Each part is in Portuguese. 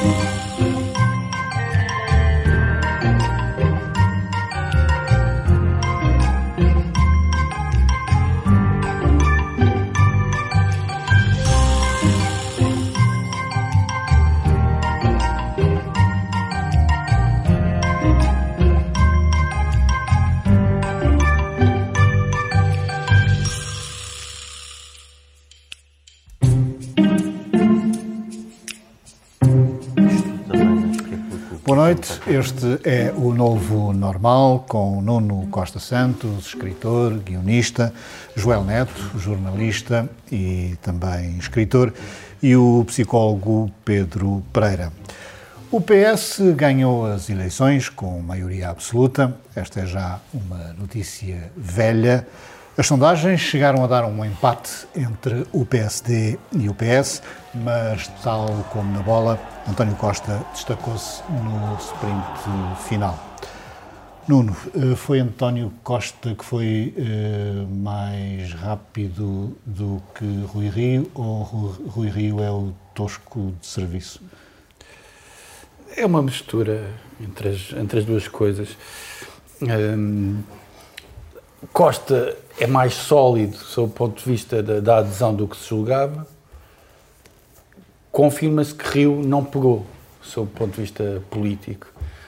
Boa noite, este é o Novo Normal com Nuno Costa Santos, escritor, guionista, Joel Neto, jornalista e também escritor, e o psicólogo Pedro Pereira. O PS ganhou as eleições com maioria absoluta, esta é já uma notícia velha. As sondagens chegaram a dar um empate entre o PSD e o PS, mas, tal como na bola, António Costa destacou-se no sprint final. Nuno, foi António Costa que foi mais rápido do que Rui Rio, ou Rui Rio é o tosco de serviço? É uma mistura entre as duas coisas. Costa é mais sólido sob o ponto de vista da adesão do que se julgava. Confirma-se que Rio não pegou, sob o ponto de vista político.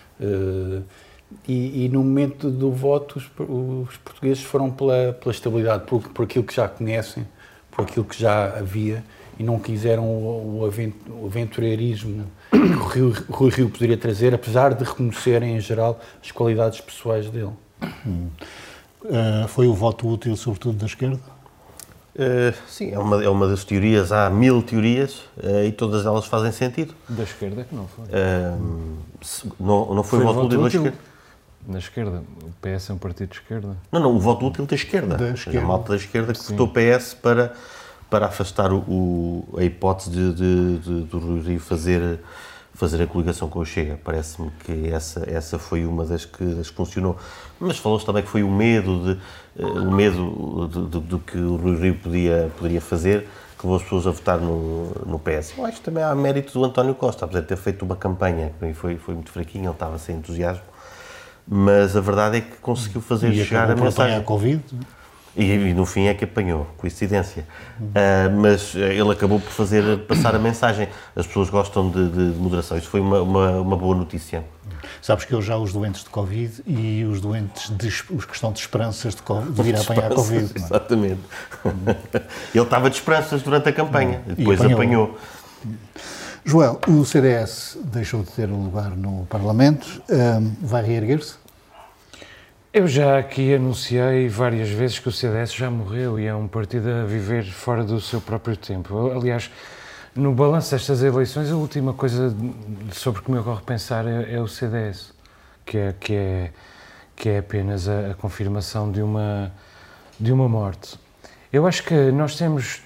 E no momento do voto, os portugueses foram pela estabilidade, por aquilo que já conhecem, por aquilo que já havia, e não quiseram o aventureirismo que o Rui Rio poderia trazer, apesar de reconhecerem, em geral, as qualidades pessoais dele. Foi o voto útil, sobretudo, da esquerda? Sim, é uma das teorias. Há 1000 teorias e todas elas fazem sentido. Da esquerda que não foi. Não foi o voto útil da esquerda? Na esquerda. O PS é um partido de esquerda. Não, o voto útil da esquerda. A malta da esquerda que votou PS para afastar a hipótese do Rui Rio fazer a coligação com o Chega. Parece-me que essa foi uma das que funcionou. Mas falou-se também que foi o medo do que o Rui Rio poderia fazer, que levou as pessoas a votar no PS. Eu acho que também há mérito do António Costa, apesar de ter feito uma campanha que foi muito fraquinha, ele estava sem entusiasmo, mas a verdade é que conseguiu fazer chegar a mensagem. A Covid? E no fim é que apanhou, coincidência. Mas ele acabou por passar a mensagem. As pessoas gostam de moderação. Isso foi uma boa notícia. Sabes que já os doentes de Covid e os doentes, os que estão de esperanças de vir a apanhar a Covid. Exatamente. Ele estava de esperanças durante a campanha, depois apanhou. Joel, o CDS deixou de ter um lugar no Parlamento, vai reerguer-se? Eu já aqui anunciei várias vezes que o CDS já morreu e é um partido a viver fora do seu próprio tempo. Aliás, no balanço destas eleições, a última coisa sobre que me ocorre pensar é o CDS, que é apenas a confirmação de uma morte. Eu acho que nós temos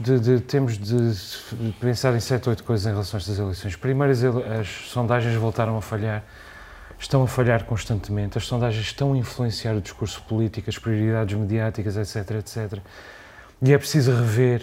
de pensar em 7 ou 8 coisas em relação a estas eleições. Primeiro, as sondagens voltaram a falhar. Estão a falhar constantemente, as sondagens estão a influenciar o discurso político, as prioridades mediáticas, etc, etc. E é preciso rever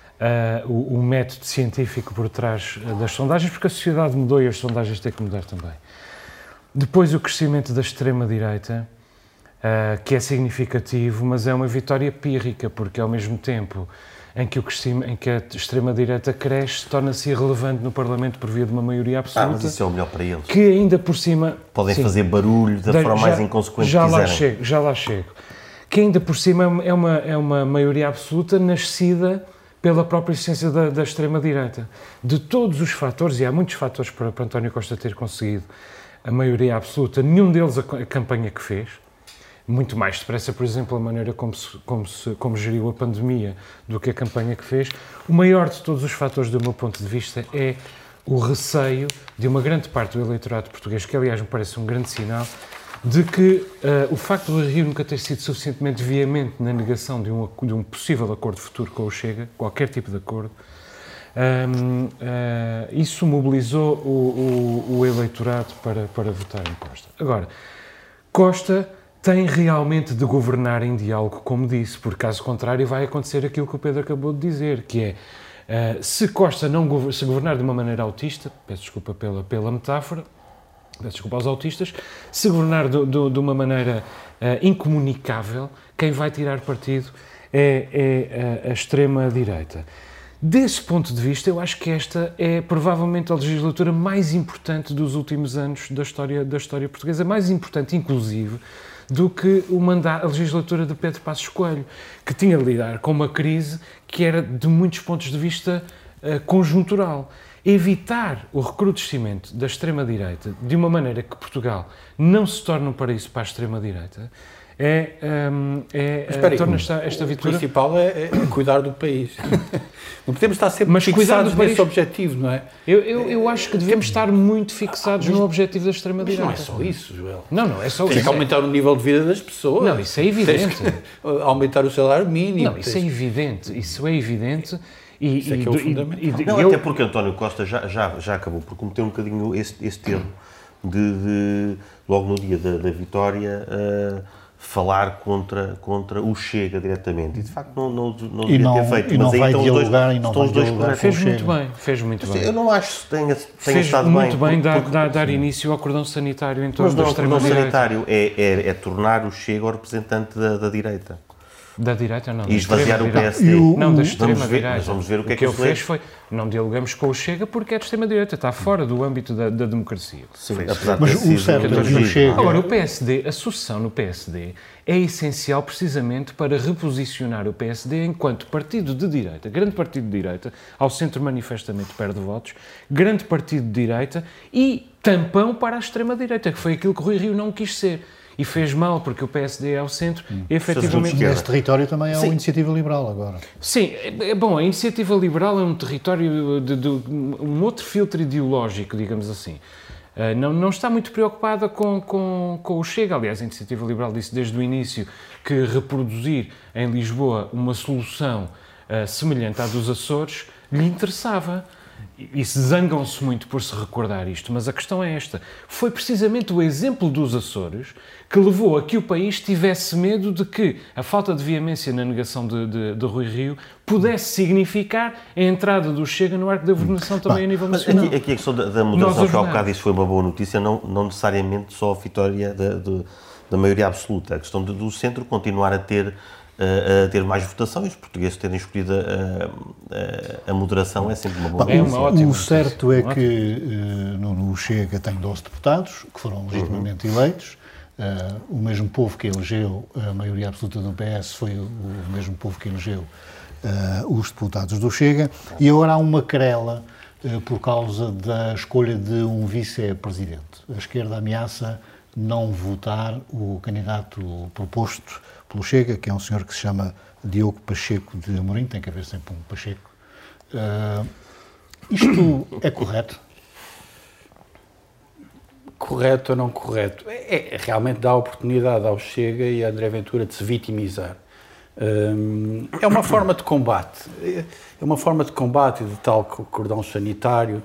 o método científico por trás das sondagens, porque a sociedade mudou e as sondagens têm que mudar também. Depois, o crescimento da extrema-direita, que é significativo, mas é uma vitória pírrica, porque ao mesmo tempo em que a extrema-direita cresce, torna-se irrelevante no Parlamento por via de uma maioria absoluta. Mas isso é o melhor para eles. Que ainda por cima... Podem fazer barulho da forma mais inconsequente que quiserem. Já lá chego. Que ainda por cima é uma maioria absoluta nascida pela própria essência da extrema-direita. De todos os fatores, e há muitos fatores para António Costa ter conseguido a maioria absoluta, nenhum deles a campanha que fez, muito mais depressa, por exemplo, a maneira como geriu a pandemia do que a campanha que fez. O maior de todos os fatores, do meu ponto de vista, é o receio de uma grande parte do eleitorado português, que aliás me parece um grande sinal, de que o facto do Rio nunca ter sido suficientemente veemente na negação de um possível acordo futuro com o Chega, qualquer tipo de acordo, isso mobilizou o eleitorado para votar em Costa. Agora, Costa tem realmente de governar em diálogo, como disse, porque caso contrário vai acontecer aquilo que o Pedro acabou de dizer, que é Se Costa se governar de uma maneira autista, peço desculpa pela metáfora, peço desculpa aos autistas, se governar de uma maneira incomunicável, quem vai tirar partido é a extrema-direita. Desse ponto de vista, eu acho que esta é provavelmente a legislatura mais importante dos últimos anos da história portuguesa, mais importante, inclusive, do que a legislatura de Pedro Passos Coelho, que tinha de lidar com uma crise que era, de muitos pontos de vista, conjuntural. Evitar o recrudescimento da extrema-direita de uma maneira que Portugal não se torne um paraíso para a extrema-direita torna esta vitória... O principal é cuidar do país. Não podemos estar sempre fixados nesse objetivo, não é? Eu acho que devemos estar muito fixados no objetivo da extrema-direita. Mas não é só isso, Joel. Não é só isso. Tem que aumentar o nível de vida das pessoas. Não, isso é evidente. Aumentar o salário mínimo. Não, isso é evidente. Isso é evidente. Isso é que é o fundamento. Não, até porque António Costa já acabou por cometer um bocadinho este erro de logo no dia da vitória, falar contra o Chega diretamente. E de facto não devia ter feito. E não vai dialogar e não vai dialogar. Fez muito bem. Eu não acho que tenha fez estado muito bem. Dar início ao cordão sanitário em torno da extrema-direita. Mas o cordão sanitário é tornar o Chega o representante da direita. Da direita ou não? E esvaziar o PSD. Não, da extrema-direita. Vamos ver o que é que ele fez foi, não dialogamos com o Chega porque é de extrema-direita, está fora do âmbito da democracia. Sim, apesar mas o certo é que não Chega... Agora, o PSD, a sucessão no PSD é essencial precisamente para reposicionar o PSD enquanto partido de direita, grande partido de direita, ao centro manifestamente perde votos, grande partido de direita e tampão para a extrema-direita, que foi aquilo que Rui Rio não quis ser. E fez mal, porque o PSD é ao centro e, efetivamente... Esse território também é a Iniciativa Liberal agora. Sim, bom, a Iniciativa Liberal é um território de um outro filtro ideológico, digamos assim. Não está muito preocupada com o Chega. Aliás, a Iniciativa Liberal disse desde o início que reproduzir em Lisboa uma solução semelhante à dos Açores lhe interessava. E se zangam-se muito por se recordar isto, mas a questão é esta. Foi precisamente o exemplo dos Açores que levou a que o país tivesse medo de que a falta de veemência na negação de Rui Rio pudesse significar a entrada do Chega no arco da governação também a nível nacional. Aqui a questão da moderação, que ao bocado isso foi uma boa notícia, não necessariamente só a vitória da maioria absoluta. A questão do centro continuar a ter mais votação e os portugueses terem escolhido a moderação é sempre uma boa notícia. O certo é que no Chega tem 12 deputados que foram legitimamente eleitos. O mesmo povo que elegeu a maioria absoluta do PS foi o mesmo povo que elegeu os deputados do Chega. E agora há uma querela por causa da escolha de um vice-presidente. A esquerda ameaça não votar o candidato proposto pelo Chega, que é um senhor que se chama Diogo Pacheco de Amorim, tem que haver sempre um Pacheco. Isto é correto? Correto ou não correto? Realmente dá a oportunidade ao Chega e a André Ventura de se vitimizar. É uma forma de combate. É uma forma de combate de tal cordão sanitário.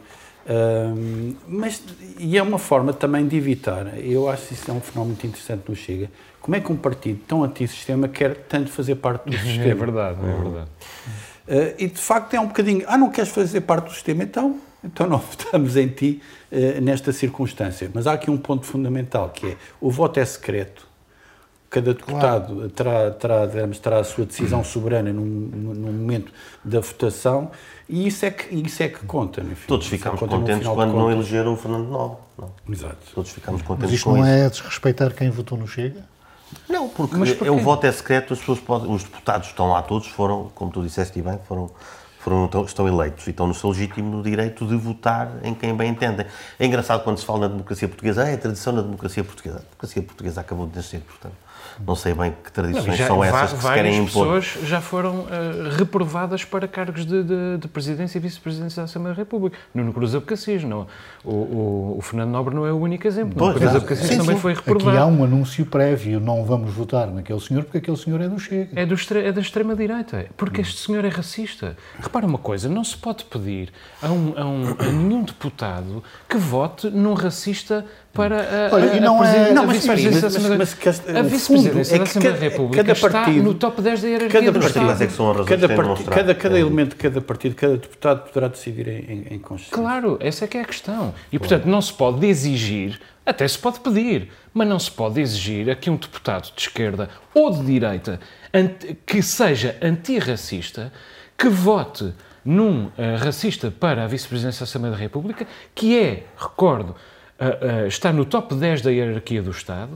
E é uma forma também de evitar. Eu acho que isso é um fenómeno muito interessante no Chega. Como é que um partido tão antissistema quer tanto fazer parte do sistema? É verdade. E de facto é um bocadinho, não queres fazer parte do sistema, então não votamos em ti nesta circunstância. Mas há aqui um ponto fundamental, que é, o voto é secreto. Cada deputado terá a sua decisão soberana no momento da votação e isso é que conta. Enfim, todos ficámos contentes quando não elegeram o Fernando Nobre. Não. Exato. Todos ficámos contentes com isso. Mas isto não é desrespeitar quem votou no Chega? Não, porque o voto é secreto, os deputados estão lá todos, como tu disseste bem, estão eleitos e estão no seu legítimo direito de votar em quem bem entendem. É engraçado quando se fala na democracia portuguesa, é a tradição da democracia portuguesa. A democracia portuguesa acabou de nascer, portanto, não sei bem que tradições são essas que se querem impor. Várias pessoas já foram reprovadas para cargos de presidência e vice-presidência da Assembleia da República. Nuno Cruz Abcacis, o Fernando Nobre não é o único exemplo. Nuno Cruz Abcacis também foi reprovado. Aqui há um anúncio prévio, não vamos votar naquele senhor porque aquele senhor é do Chega. É da extrema-direita, porque este senhor é racista. Repara uma coisa, não se pode pedir a nenhum deputado que vote num racista para a vice-presidência da Assembleia da República está no top 10 da hierarquia do Estado. Cada elemento, cada partido, cada deputado poderá decidir em consciência. Claro, essa é que é a questão. E, portanto, não se pode exigir, até se pode pedir, mas não se pode exigir a que um deputado de esquerda ou de direita que seja antirracista, que vote num racista para a vice-presidência da Assembleia da República, que é, recordo, está no top 10 da hierarquia do Estado,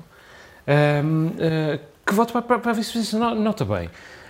que vote para a vice-presidência. Nota bem,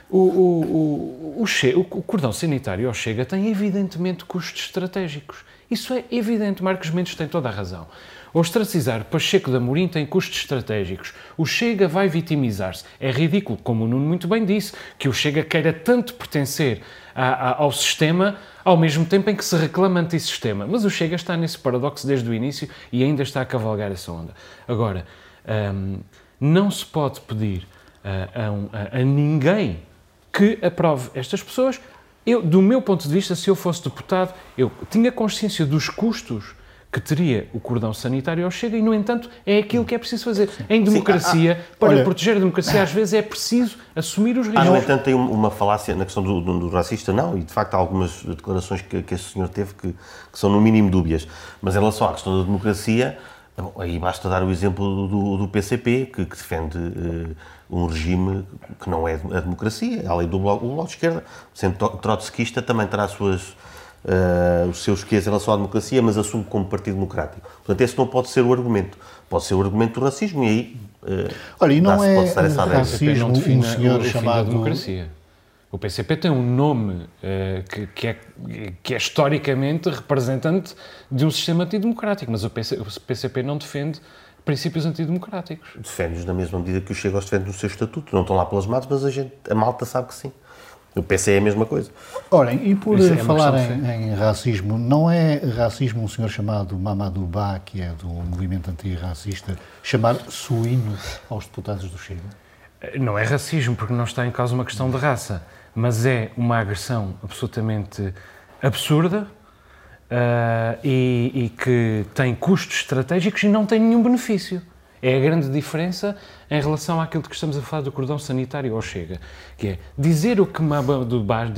o cordão sanitário ao Chega tem evidentemente custos estratégicos. Isso é evidente. Marcos Mendes tem toda a razão. Ostracizar Pacheco de Amorim tem custos estratégicos. O Chega vai vitimizar-se. É ridículo, como o Nuno muito bem disse, que o Chega queira tanto pertencer ao sistema, ao mesmo tempo em que se reclama antissistema. Mas o Chega está nesse paradoxo desde o início e ainda está a cavalgar essa onda. Agora, não se pode pedir a ninguém que aprove estas pessoas. Do meu ponto de vista, se eu fosse deputado, eu tinha consciência dos custos que teria o cordão sanitário ao Chega e, no entanto, é aquilo que é preciso fazer. Em democracia, para proteger a democracia, às vezes é preciso assumir os riscos. No entanto, tem uma falácia na questão do racista, não, e de facto há algumas declarações que este senhor teve que são no mínimo dúbias. Mas em relação à questão da democracia, aí basta dar o exemplo do PCP, que defende um regime que não é a democracia, além do Bloco de Esquerda, sendo trotskista, também terá os seus quês em relação à democracia, mas assume como Partido Democrático. Portanto, esse não pode ser o argumento. Pode ser o argumento do racismo e aí olha, e não é racismo um senhor chamado democracia. O PCP tem um nome que é historicamente representante de um sistema antidemocrático, mas o PCP não defende princípios antidemocráticos. Defende-os na mesma medida que o Chega os defende no seu estatuto. Não estão lá pelas matas, mas a malta sabe que sim. O PC é a mesma coisa. Ora, e por falar em racismo, não é racismo um senhor chamado Mamadou Ba, que é do movimento antirracista, chamar suíno aos deputados do Chega? Não é racismo, porque não está em causa uma questão de raça, mas é uma agressão absolutamente absurda e que tem custos estratégicos e não tem nenhum benefício. É a grande diferença em relação àquilo de que estamos a falar do cordão sanitário ao Chega, que é dizer o que Mamadou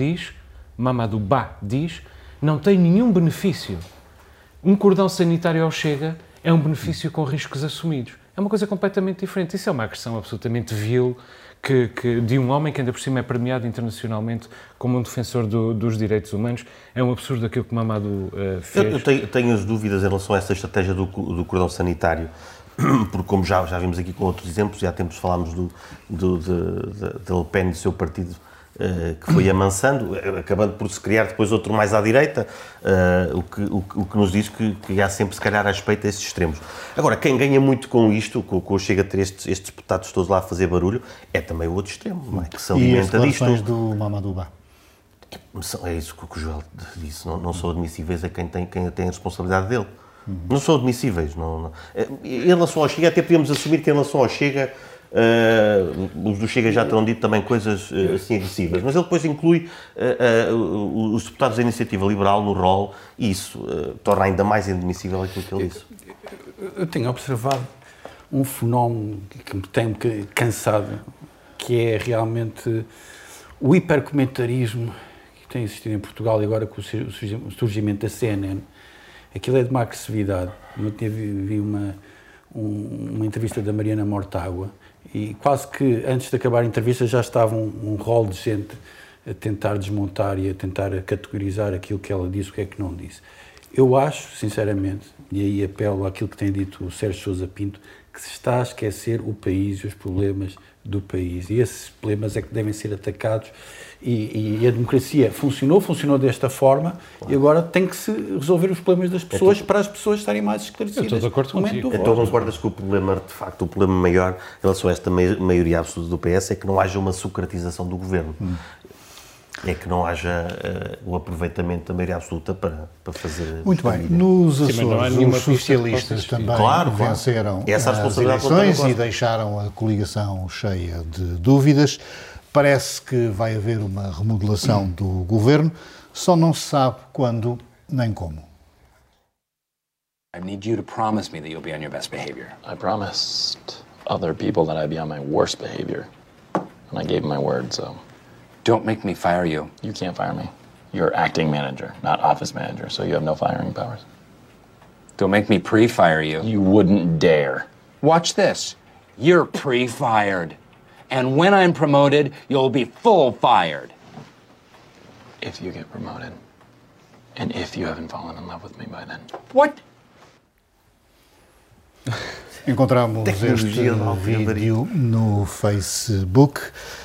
Ba diz, não tem nenhum benefício. Um cordão sanitário ao Chega é um benefício com riscos assumidos. É uma coisa completamente diferente. Isso é uma agressão absolutamente vil de um homem que ainda por cima é premiado internacionalmente como um defensor dos direitos humanos. É um absurdo aquilo que Mamadou fez. Eu tenho as dúvidas em relação a essa estratégia do cordão sanitário, porque como já vimos aqui com outros exemplos, já há tempos falámos de Le Pen e do seu partido, que foi amansando, acabando por se criar depois outro mais à direita, o que nos diz que há sempre, se calhar, a respeito a esses extremos. Agora, quem ganha muito com isto, com o Chega a ter estes deputados todos lá a fazer barulho, é também o outro extremo, não é? Que se alimenta disto. E as declarações do Mamadou Ba? É isso que o Joel disse, não são admissíveis a quem tem a responsabilidade dele. Não são admissíveis. Não. Em relação ao Chega, até podíamos assumir que em relação ao Chega, os do Chega já terão dito também coisas assim agressivas, mas ele depois inclui os deputados da Iniciativa Liberal no rol e isso torna ainda mais inadmissível aquilo que ele disse. Eu tenho observado um fenómeno que me tem cansado, que é realmente o hipercomentarismo que tem existido em Portugal e agora com o surgimento da CNN. Aquilo é de uma agressividade. Eu vi uma entrevista da Mariana Mortágua e quase que antes de acabar a entrevista já estava um rol de gente a tentar desmontar e a tentar categorizar aquilo que ela disse, o que é que não disse. Eu acho, sinceramente, e aí apelo àquilo que tem dito o Sérgio Sousa Pinto, que se está a esquecer o país e os problemas do país. E esses problemas é que devem ser atacados. E a democracia funcionou desta forma, claro. E agora tem que se resolver os problemas das pessoas para as pessoas estarem mais esclarecidas. Eu estou de acordo contigo. Então concordas que o problema, de facto, o problema maior em relação a esta maioria absoluta do PS é que não haja uma socratização do governo. É que não haja o aproveitamento da maioria absoluta para fazer... Muito bem. Nos Açores, os socialistas também venceram as eleições e deixaram a coligação cheia de dúvidas. Parece que vai haver uma remodelação do governo, só não se sabe quando nem como. I need you to promise me that you'll be on your best behavior. I promised other people that I'd be on my worst behavior. And I gave my word, so... Don't make me fire you. You can't fire me. You're acting manager, not office manager, so you have no firing powers. Don't make me pre-fire you. You wouldn't dare. Watch this. You're pre-fired. And when I'm promoted, you'll be full fired. If you get promoted. And if you haven't fallen in love with me by then. What? Encontramos este vídeo no Facebook.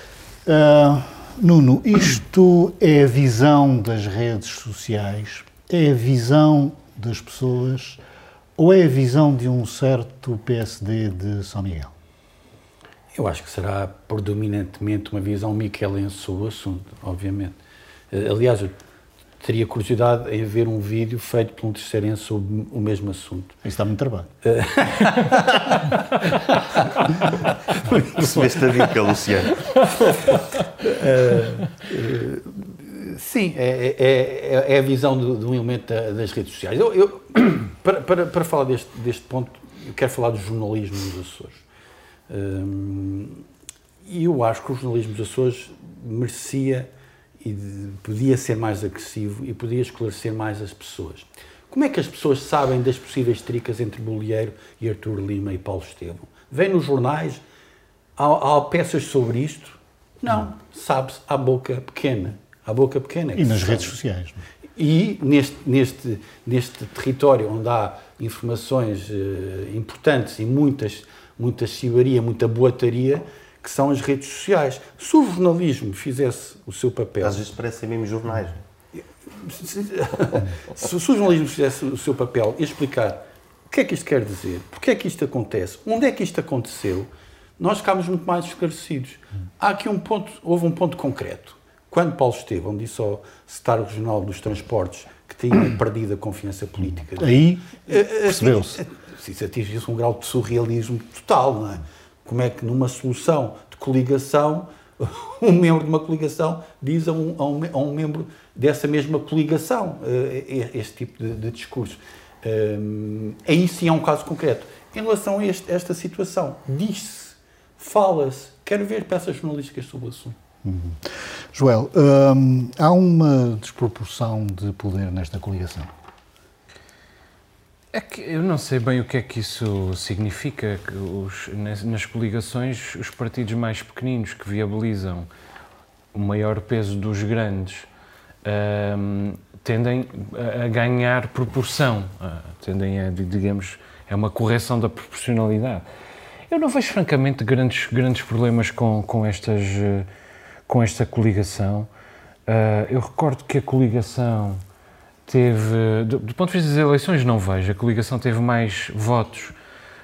Nuno, isto é a visão das redes sociais? É a visão das pessoas? Ou é a visão de um certo PSD de São Miguel? Eu acho que será predominantemente uma visão miquelense sobre o assunto, obviamente. Aliás, eu teria curiosidade em ver um vídeo feito por um terceirense sobre o mesmo assunto. Isso dá muito trabalho. Percebeste a dica, Luciano? Sim, é a visão de um elemento das redes sociais. Para falar deste ponto, eu quero falar do jornalismo nos Açores. E eu acho que o jornalismo dos Açores merecia e podia ser mais agressivo e podia esclarecer mais as pessoas. Como é que as pessoas sabem das possíveis tricas entre Bolieiro e Artur Lima e Paulo Estevão? Vem nos jornais? Há peças sobre isto? Não. Sabe-se à boca pequena. À boca pequena. E nas redes sociais. E neste território onde há informações importantes e muita chivaria, muita boataria, que são as redes sociais. Se o jornalismo fizesse o seu papel... Às vezes parecem mesmo jornais. Se o jornalismo fizesse o seu papel e explicar o que é que isto quer dizer, porque é que isto acontece, onde é que isto aconteceu, nós ficámos muito mais esclarecidos. Há aqui houve um ponto concreto. Quando Paulo Estevão disse ao secretário regional dos transportes que tinha perdido a confiança política... Aí percebeu-se. Isso atingiu-se um grau de surrealismo total, não é? Como é que numa solução de coligação, um membro de uma coligação diz a um membro dessa mesma coligação este tipo de discurso. Aí sim é um caso concreto. Em relação a esta situação, diz-se, fala-se, quero ver peças jornalísticas sobre o assunto. Joel, há uma desproporção de poder nesta coligação? É que eu não sei bem o que é que isso significa. Nas coligações, os partidos mais pequeninos que viabilizam o maior peso dos grandes tendem a ganhar proporção, tendem a, digamos, é uma correção da proporcionalidade. Eu não vejo, francamente, grandes problemas com esta coligação. Eu recordo que a coligação teve, do ponto de vista das eleições, não vejo. A coligação teve mais votos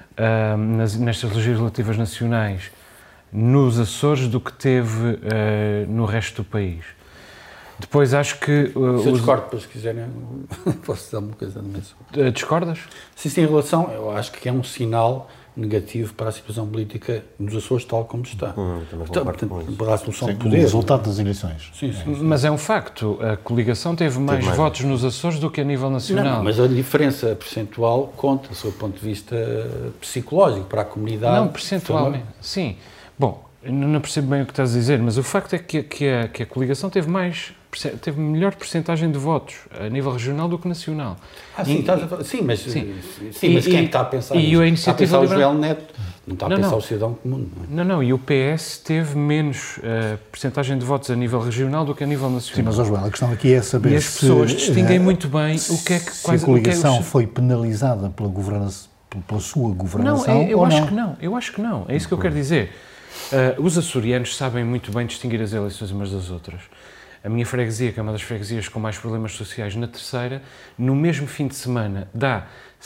nestas legislativas nacionais nos Açores do que teve no resto do país. Depois acho que... Se eu discordo, depois se quiserem, posso dizer alguma coisa no mesmo. Discordas? Sim, em relação, eu acho que é um sinal negativo para a situação política nos Açores, tal como está. Portanto, para a solução de poder. O resultado das eleições. Sim. Mas é um facto, a coligação teve mais votos nos Açores do que a nível nacional. Não, mas a diferença percentual conta, do seu ponto de vista psicológico, para a comunidade. Não, percentualmente, sim. Bom, não percebo bem o que estás a dizer, mas o facto é que a coligação teve melhor percentagem de votos a nível regional do que nacional. Mas quem está a pensar nisso? Está a pensar o Joel Neto, não está a pensar o cidadão comum. Não, e o PS teve menos percentagem de votos a nível regional do que a nível nacional. Sim, mas, Joel, a questão aqui é saber se... E as pessoas distinguem muito bem o que é que... Se a coligação foi penalizada pela sua governação ou não? Eu acho que não. É isso que eu quero dizer. Os açorianos sabem muito bem distinguir as eleições umas das outras. A minha freguesia, que é uma das freguesias com mais problemas sociais, na terceira, no mesmo fim de semana, dá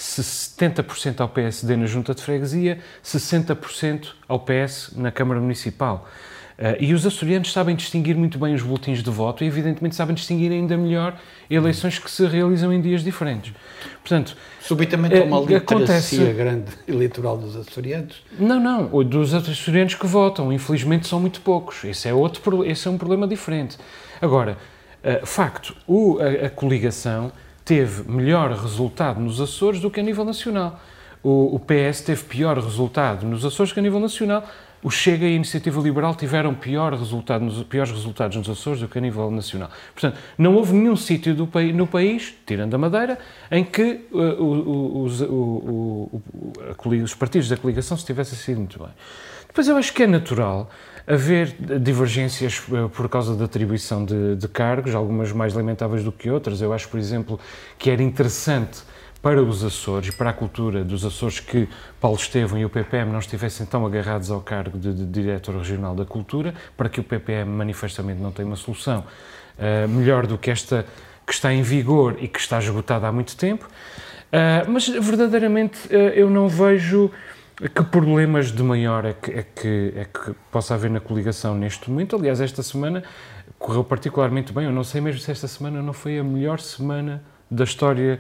70% ao PSD na junta de freguesia, 60% ao PS na Câmara Municipal. E os açorianos sabem distinguir muito bem os boletins de voto e, evidentemente, sabem distinguir ainda melhor eleições que se realizam em dias diferentes. Portanto, subitamente há uma literacia grande eleitoral dos açorianos? Não, dos açorianos que votam, infelizmente são muito poucos. Esse é um problema diferente. Agora, facto, a coligação teve melhor resultado nos Açores do que a nível nacional. O PS teve pior resultado nos Açores que a nível nacional. O Chega e a Iniciativa Liberal tiveram piores resultados nos Açores do que a nível nacional. Portanto, não houve nenhum sítio no país, tirando a Madeira, em que os partidos da coligação se tivessem sido muito bem. Depois eu acho que é natural haver divergências por causa da atribuição de cargos, algumas mais lamentáveis do que outras. Eu acho, por exemplo, que era interessante para os Açores e para a cultura dos Açores que Paulo Estevão e o PPM não estivessem tão agarrados ao cargo de Diretor Regional da Cultura, para que o PPM manifestamente não tenha uma solução melhor do que esta que está em vigor e que está esgotada há muito tempo. Mas, verdadeiramente, eu não vejo que problemas de maior é que possa haver na coligação neste momento. Aliás, esta semana correu particularmente bem. Eu não sei mesmo se esta semana não foi a melhor semana da história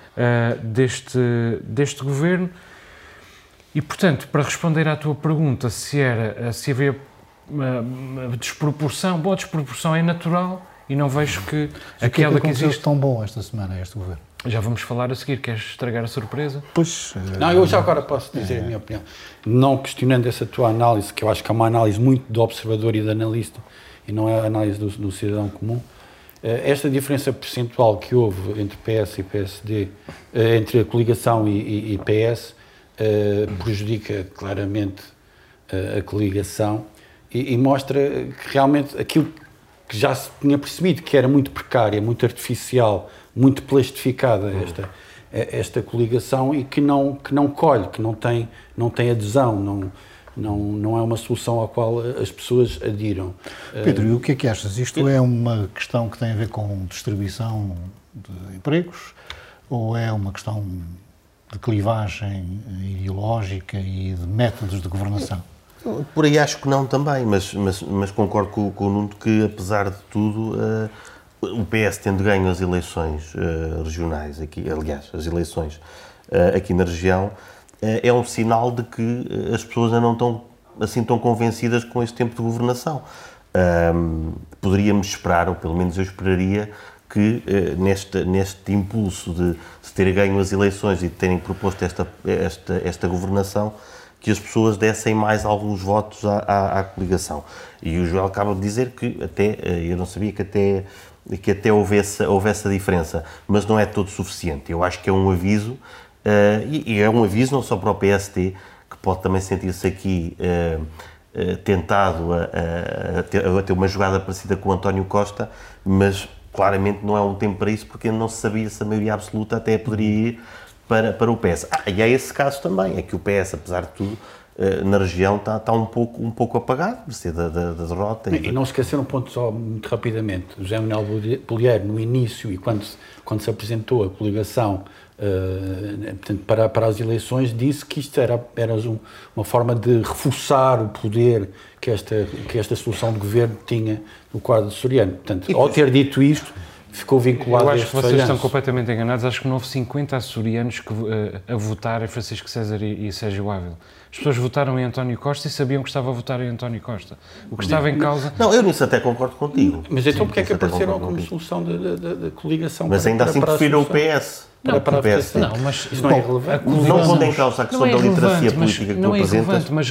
deste governo. E, portanto, para responder à tua pergunta se havia uma desproporção, bom, a desproporção é natural e não vejo que aquela que existe tão bom esta semana, este governo. Já vamos falar a seguir. Queres estragar a surpresa? Pois. Não, eu já agora posso dizer a minha opinião. Não questionando essa tua análise, que eu acho que é uma análise muito do observador e do analista, e não é a análise do cidadão comum. Esta diferença percentual que houve entre PS e PSD, entre a coligação e PS, prejudica claramente a coligação e mostra que realmente aquilo que já se tinha percebido, que era muito precária, muito artificial, muito plastificada esta coligação e que não colhe, que não tem adesão, não é uma solução à qual as pessoas adiram. Pedro, e o que é que achas? Isto é uma questão que tem a ver com distribuição de empregos ou é uma questão de clivagem ideológica e de métodos de governação? Por aí acho que não também, mas concordo com o Nuno que, apesar de tudo, o PS tendo ganho as eleições regionais, aqui, aliás, as eleições aqui na região, é um sinal de que as pessoas ainda não estão assim tão convencidas com este tempo de governação. Poderíamos esperar, ou pelo menos eu esperaria, que neste impulso de ter ganho as eleições e de terem proposto esta governação, que as pessoas dessem mais alguns votos à coligação. E o Joel acaba de dizer que eu não sabia que até houve essa diferença, mas não é todo suficiente. Eu acho que é um aviso, e é um aviso não só para o PST, que pode também sentir-se aqui tentado a ter uma jogada parecida com o António Costa, mas claramente não é um tempo para isso, porque não se sabia se a maioria absoluta até poderia ir para o PS. E há esse caso também, é que o PS, apesar de tudo, na região está um pouco apagado, da derrota. E não esquecer um ponto só, muito rapidamente. O José Manuel Bolheiro, no início, e quando se apresentou a coligação portanto, para as eleições, disse que isto era uma forma de reforçar o poder que esta solução de governo tinha no quadro açoriano. Portanto, ao ter dito isto, ficou vinculado a este falhanço. Eu acho que vocês estão completamente enganados. Acho que não houve 50 açorianos a votar em Francisco César e Sérgio Ávila. As pessoas votaram em António Costa e sabiam que estava a votar em António Costa. O que estava em causa... Não, eu nisso até concordo contigo. Mas então porque é que apareceram como solução da coligação? Mas ainda assim prefiro o PS. Para o PS. Não, mas isso não é relevante. Não pondo em causa a questão da literacia política que tu apresentas. Não é relevante, mas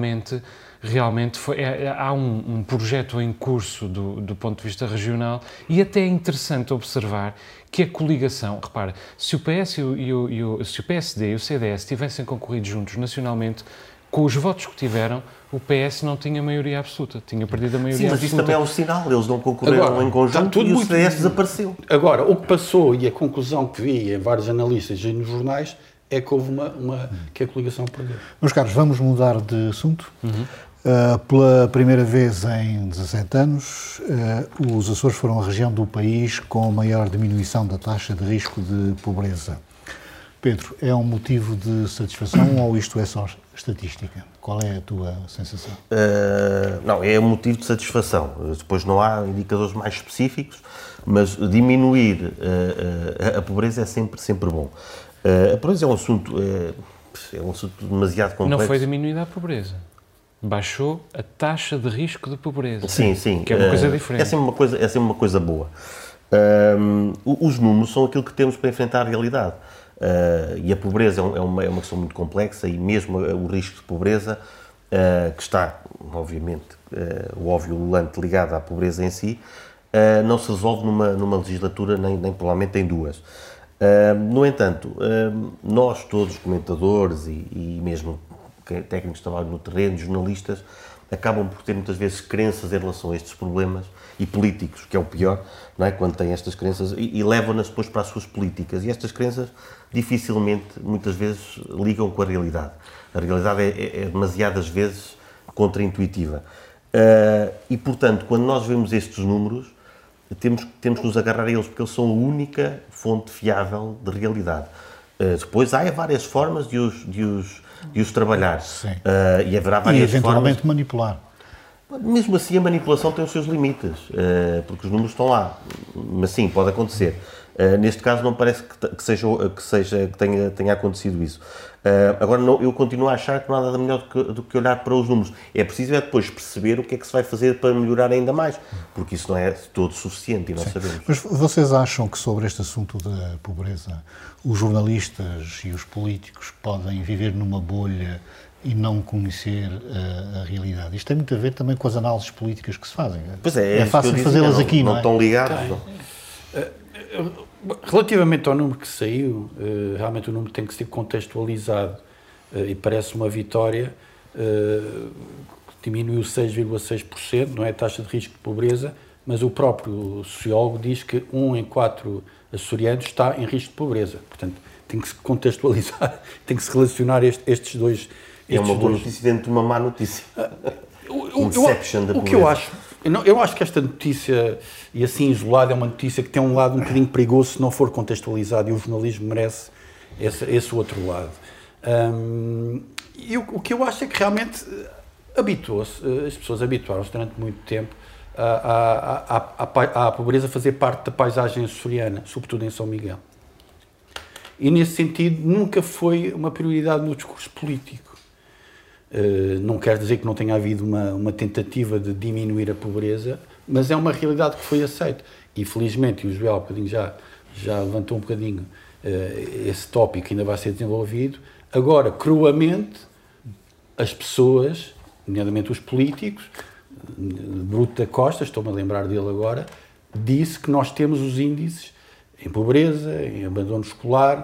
realmente há um projeto em curso do ponto de vista regional e até é interessante observar que a coligação, repara, se o PS se o PSD e o CDS tivessem concorrido juntos nacionalmente, com os votos que tiveram, o PS não tinha maioria absoluta, tinha perdido a maioria absoluta. Mas isso também é um sinal, eles não concorreram em conjunto e o CDS desapareceu. Agora, o que passou e a conclusão que vi em vários analistas e nos jornais é que houve que a coligação perdeu. Meus caros, vamos mudar de assunto. Pela primeira vez em 17 anos, os Açores foram a região do país com maior diminuição da taxa de risco de pobreza. Pedro, é um motivo de satisfação ou isto é só estatística? Qual é a tua sensação? Não, é um motivo de satisfação. Depois não há indicadores mais específicos, mas diminuir a pobreza é sempre bom. A pobreza é um assunto demasiado complexo. Não foi diminuída a pobreza. Baixou a taxa de risco de pobreza. Sim. Que é uma coisa diferente. É sempre uma coisa boa. Os números são aquilo que temos para enfrentar a realidade. E a pobreza é uma questão muito complexa, e mesmo o risco de pobreza, que está, obviamente, o óbvio ululante ligado à pobreza em si, não se resolve numa legislatura, nem provavelmente em duas. No entanto, nós todos, comentadores e mesmo técnicos que trabalham no terreno, jornalistas, acabam por ter muitas vezes crenças em relação a estes problemas, e políticos, que é o pior, não é? Quando têm estas crenças, e levam-nas depois para as suas políticas. E estas crenças dificilmente, muitas vezes, ligam com a realidade. A realidade é demasiadas vezes contraintuitiva. E, portanto, quando nós vemos estes números, temos que nos agarrar a eles, porque eles são a única fonte fiável de realidade. Depois há várias formas de os trabalhar. E haverá várias e eventualmente formas... manipular. Mesmo assim, a manipulação tem os seus limites, porque os números estão lá. Mas sim, pode acontecer. Neste caso, não parece que tenha acontecido isso. Agora, eu continuo a achar que não há nada melhor do que olhar para os números. É preciso depois perceber o que é que se vai fazer para melhorar ainda mais, porque isso não é todo suficiente e nós sabemos. Mas vocês acham que sobre este assunto da pobreza, os jornalistas e os políticos podem viver numa bolha e não conhecer a realidade? Isto tem muito a ver também com as análises políticas que se fazem. Pois é fácil fazê-las aqui, não é? Não estão ligados. Relativamente ao número que saiu, realmente o número tem que ser contextualizado, e parece uma vitória. Diminuiu 6,6%, não é, a taxa de risco de pobreza, mas o próprio sociólogo diz que 1 em 4 açorianos está em risco de pobreza. Portanto, tem que se contextualizar, tem que se relacionar estes dois. É uma boa notícia dentro de uma má notícia. O que eu acho, eu acho que esta notícia, e assim isolada, é uma notícia que tem um lado um bocadinho perigoso se não for contextualizado, e o jornalismo merece esse outro lado. E o que eu acho é que realmente as pessoas habituaram-se durante muito tempo à pobreza fazer parte da paisagem açoriana, sobretudo em São Miguel. E nesse sentido nunca foi uma prioridade no discurso político. Não quer dizer que não tenha havido uma tentativa de diminuir a pobreza, mas é uma realidade que foi aceita. E felizmente, e o Joel já levantou um bocadinho esse tópico que ainda vai ser desenvolvido, agora, cruamente, as pessoas, nomeadamente os políticos, Bruto da Costa, estou-me a lembrar dele agora, disse que nós temos os índices em pobreza, em abandono escolar,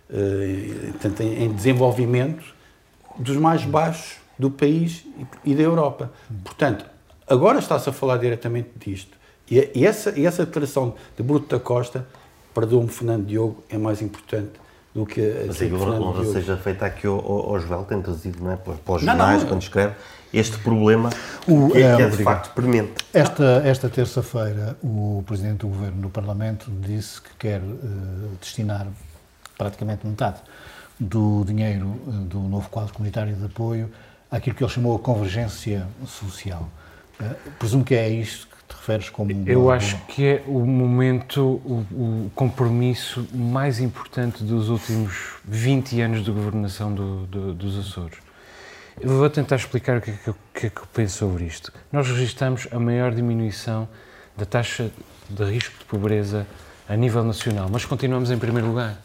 em desenvolvimento dos mais baixos do país e da Europa. Portanto, agora está-se a falar diretamente disto. E essa declaração de Bruto da Costa, perdoa-me Fernando Diogo, é mais importante do que a Mas a honra seja feita aqui ao Joel, tem trazido, não é, para os jornais, quando escreve, este problema que é de facto premente. Esta terça-feira, o Presidente do Governo no Parlamento disse que quer destinar praticamente metade do dinheiro do novo quadro comunitário de apoio àquilo que ele chamou a convergência social. Presumo que é isto que te referes como... Eu acho que é o momento, o compromisso mais importante dos últimos 20 anos de governação dos Açores. Eu vou tentar explicar o que é que eu penso sobre isto. Nós registramos a maior diminuição da taxa de risco de pobreza a nível nacional, mas continuamos em primeiro lugar.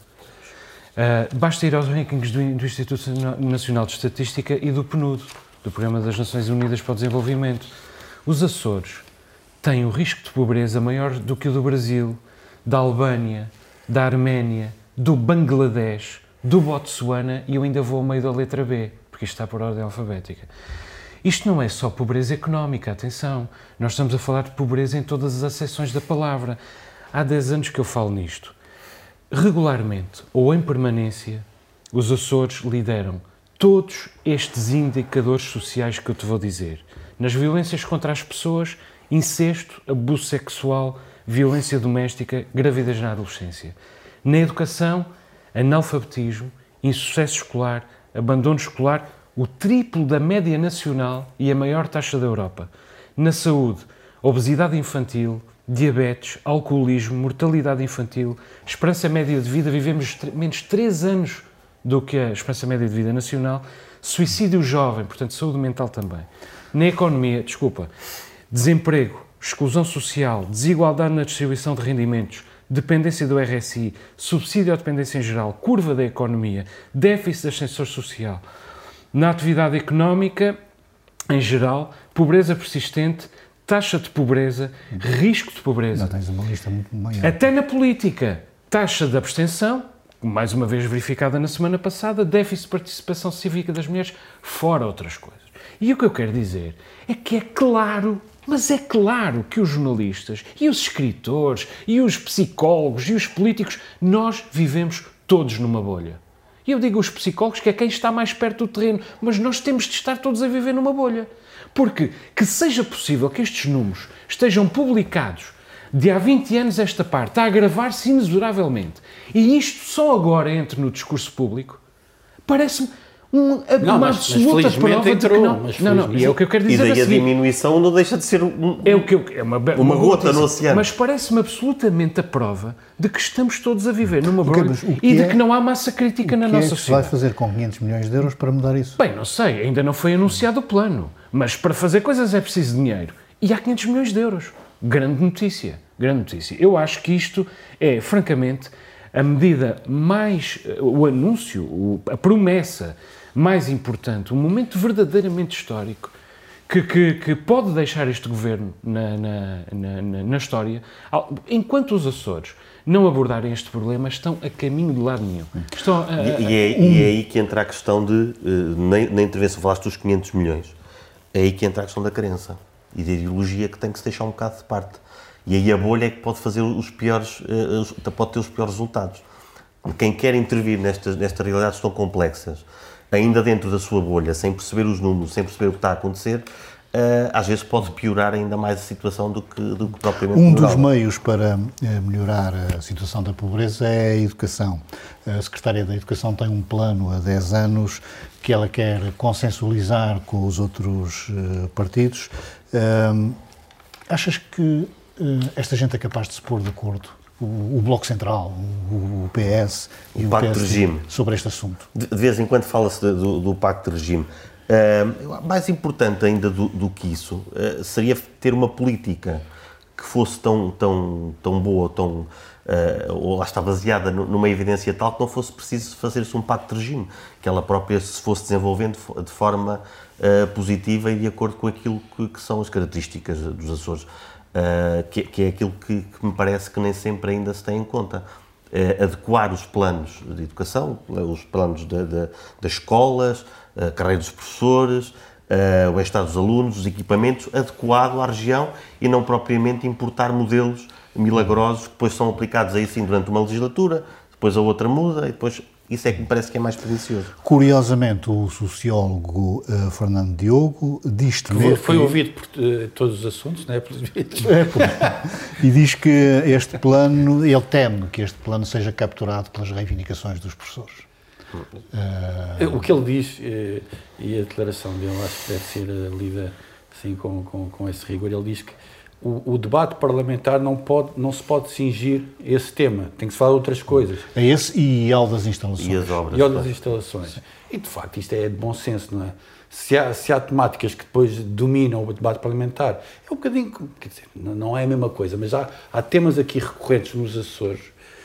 Basta ir aos rankings do Instituto Nacional de Estatística e do PNUD, do Programa das Nações Unidas para o Desenvolvimento. Os Açores têm o risco de pobreza maior do que o do Brasil, da Albânia, da Arménia, do Bangladesh, do Botsuana, e eu ainda vou ao meio da letra B, porque isto está por ordem alfabética. Isto não é só pobreza económica, atenção, nós estamos a falar de pobreza em todas as acessões da palavra. Há 10 anos que eu falo nisto. Regularmente, ou em permanência, os Açores lideram todos estes indicadores sociais que eu te vou dizer. Nas violências contra as pessoas, incesto, abuso sexual, violência doméstica, gravidez na adolescência. Na educação, analfabetismo, insucesso escolar, abandono escolar, o triplo da média nacional e a maior taxa da Europa. Na saúde, obesidade infantil, diabetes, alcoolismo, mortalidade infantil, esperança média de vida, vivemos menos 3 anos do que a esperança média de vida nacional, suicídio jovem, portanto saúde mental também. Na economia, desemprego, exclusão social, desigualdade na distribuição de rendimentos, dependência do RSI, subsídio à dependência em geral, curva da economia, déficit de ascensor social, na atividade económica em geral, pobreza persistente, taxa de pobreza, risco de pobreza. Não tens uma lista muito maior. Até na política, taxa de abstenção, mais uma vez verificada na semana passada, déficit de participação cívica das mulheres, fora outras coisas. E o que eu quero dizer é que é claro, mas é claro que os jornalistas e os escritores e os psicólogos e os políticos, nós vivemos todos numa bolha. E eu digo os psicólogos que é quem está mais perto do terreno, mas nós temos de estar todos a viver numa bolha. Porque que seja possível que estes números estejam publicados de há 20 anos esta parte, a agravar-se inexoravelmente, e isto só agora entra no discurso público, parece-me uma absoluta prova de que não. Não, e é o que eu quero dizer. E daí a diminuição não deixa de ser uma gota no oceano. Mas parece-me absolutamente a prova de que estamos todos a viver numa bolha e de que não há massa crítica na nossa sociedade. O que é que se vai fazer com 500 milhões de euros para mudar isso? Bem, não sei, ainda não foi anunciado o plano, mas para fazer coisas é preciso dinheiro. E há 500 milhões de euros. Grande notícia, grande notícia. Eu acho que isto é, francamente, a medida mais, o anúncio, a promessa mais importante, um momento verdadeiramente histórico que pode deixar este governo na história, enquanto os Açores não abordarem este problema, estão a caminho de lado nenhum. E é aí que entra a questão de, na intervenção falaste dos 500 milhões, é aí que entra a questão da crença e da ideologia que tem que se deixar um bocado de parte. E aí a bolha é que pode fazer pode ter os piores resultados. Quem quer intervir nestas realidades tão complexas, ainda dentro da sua bolha, sem perceber os números, sem perceber o que está a acontecer, às vezes pode piorar ainda mais a situação do que propriamente Um dos meios para melhorar a situação da pobreza é a educação. A Secretária da Educação tem um plano há 10 anos que ela quer consensualizar com os outros partidos. Achas que esta gente é capaz de se pôr de acordo? O Bloco Central, o PS e o Pacto de Regime sobre este assunto? De vez em quando fala-se do Pacto de Regime. Mais importante ainda do que isso seria ter uma política que fosse tão boa, ou lá está baseada numa evidência tal que não fosse preciso fazer-se um Pacto de Regime, que ela própria se fosse desenvolvendo de forma positiva e de acordo com aquilo que são as características dos Açores. Que é aquilo que me parece que nem sempre ainda se tem em conta. Adequar os planos de educação, os planos das escolas, a carreira dos professores, o bem-estar dos alunos, os equipamentos, adequado à região e não propriamente importar modelos milagrosos que depois são aplicados aí sim durante uma legislatura, depois a outra muda e depois... Isso é que me parece que é mais pernicioso. Curiosamente, o sociólogo Fernando Diogo diz-te mesmo... Foi ouvido por todos os assuntos, não é? E diz que este plano, ele teme que este plano seja capturado pelas reivindicações dos professores. O que ele diz, e a declaração dele acho que deve ser lida assim, com esse rigor, ele diz que o debate parlamentar não se pode cingir esse tema, tem que se falar de outras coisas. É esse e ao das instalações. E as obras. E ao das instalações. E, de facto, isto é de bom senso, não é? Se há temáticas que depois dominam o debate parlamentar, é um bocadinho, quer dizer, não é a mesma coisa, mas há temas aqui recorrentes nos Açores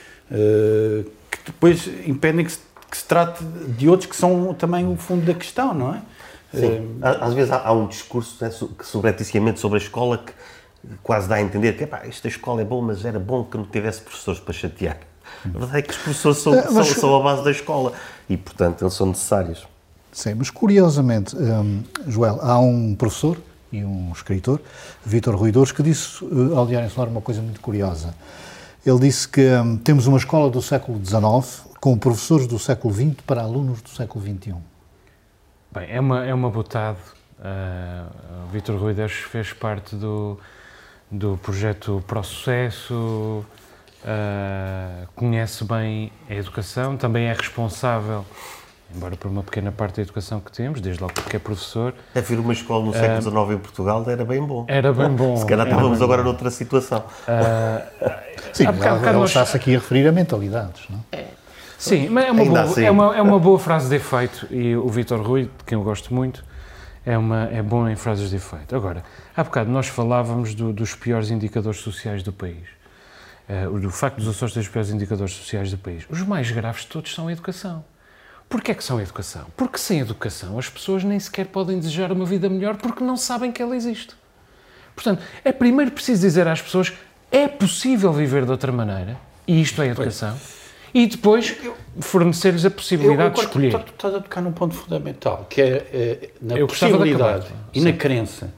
que depois impedem que se trate de outros que são também o fundo da questão, não é? Sim. Às vezes há um discurso sobreticamente sobre a escola que quase dá a entender que esta escola é boa, mas era bom que não tivesse professores para chatear. A verdade é que os professores são a base da escola e, portanto, eles são necessários. Sim, mas curiosamente, Joel, há um professor e um escritor, Vítor Ruidores, que disse ao Diário Insular uma coisa muito curiosa. Ele disse que temos uma escola do século XIX com professores do século XX para alunos do século XXI. Bem, é uma botada. O Vítor Ruidores fez parte do projeto Processo, conhece bem a educação, também é responsável, embora por uma pequena parte da educação que temos, desde logo porque é professor. Vir uma escola no século XIX em Portugal era bem bom. Era bem bom. Se calhar estávamos agora noutra situação. Sim, ela está-se aqui a referir a mentalidades, não é? Sim, mas é uma boa frase de efeito e o Vítor Rui, de quem eu gosto muito, é bom em frases de efeito. Agora, há bocado nós falávamos dos piores indicadores sociais do país. Do facto dos Açores terem os piores indicadores sociais do país. Os mais graves de todos são a educação. Porquê é que são a educação? Porque sem educação as pessoas nem sequer podem desejar uma vida melhor porque não sabem que ela existe. Portanto, é primeiro preciso dizer às pessoas é possível viver de outra maneira, e isto é educação, e depois fornecer-lhes a possibilidade de escolher. Tu estás a tocar num ponto fundamental, que é na possibilidade e na crença.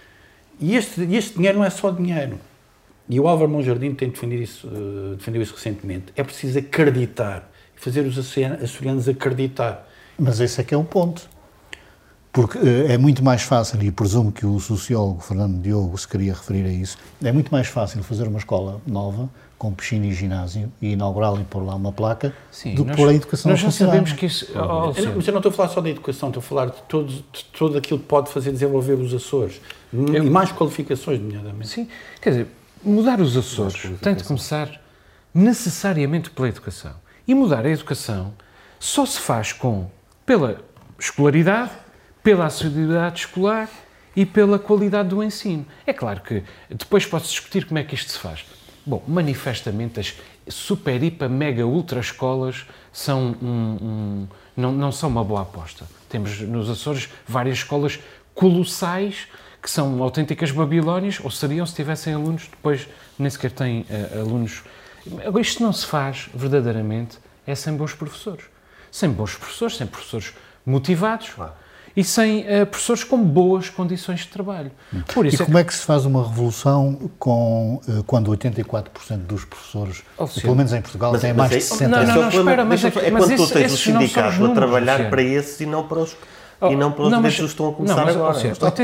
E este dinheiro não é só dinheiro. E o Álvaro Monjardim tem defendido isso recentemente. É preciso acreditar, fazer os açorianos acreditar. Mas esse é que é o ponto. Porque é muito mais fácil, e presumo que o sociólogo Fernando Diogo se queria referir a isso, é muito mais fácil fazer uma escola nova, com piscina e ginásio, e inaugurá-la e pôr lá uma placa, do que pôr a educação a funcionar. Nós já sabemos que isso... Mas eu não estou a falar só da educação, estou a falar de todo aquilo que pode fazer desenvolver os Açores. E mais qualificações, nomeadamente. Sim, quer dizer, mudar os Açores tem de começar necessariamente pela educação. E mudar a educação só se faz pela escolaridade, pela assiduidade escolar e pela qualidade do ensino. É claro que depois pode-se discutir como é que isto se faz. Bom, manifestamente as super, hiper, mega, ultra escolas são não são uma boa aposta. Temos nos Açores várias escolas colossais que são autênticas Babilónias, ou seriam se tivessem alunos, depois nem sequer têm alunos. Agora, isto não se faz verdadeiramente sem bons professores. Sem bons professores, sem professores motivados. E sem professores com boas condições de trabalho. Por isso como é que se faz uma revolução quando 84% dos professores, pelo menos em Portugal, têm mais de 60 anos? Não, espera, mas quando tu tens o sindicato a trabalhar para esses e não para os direitos que estão a começar agora.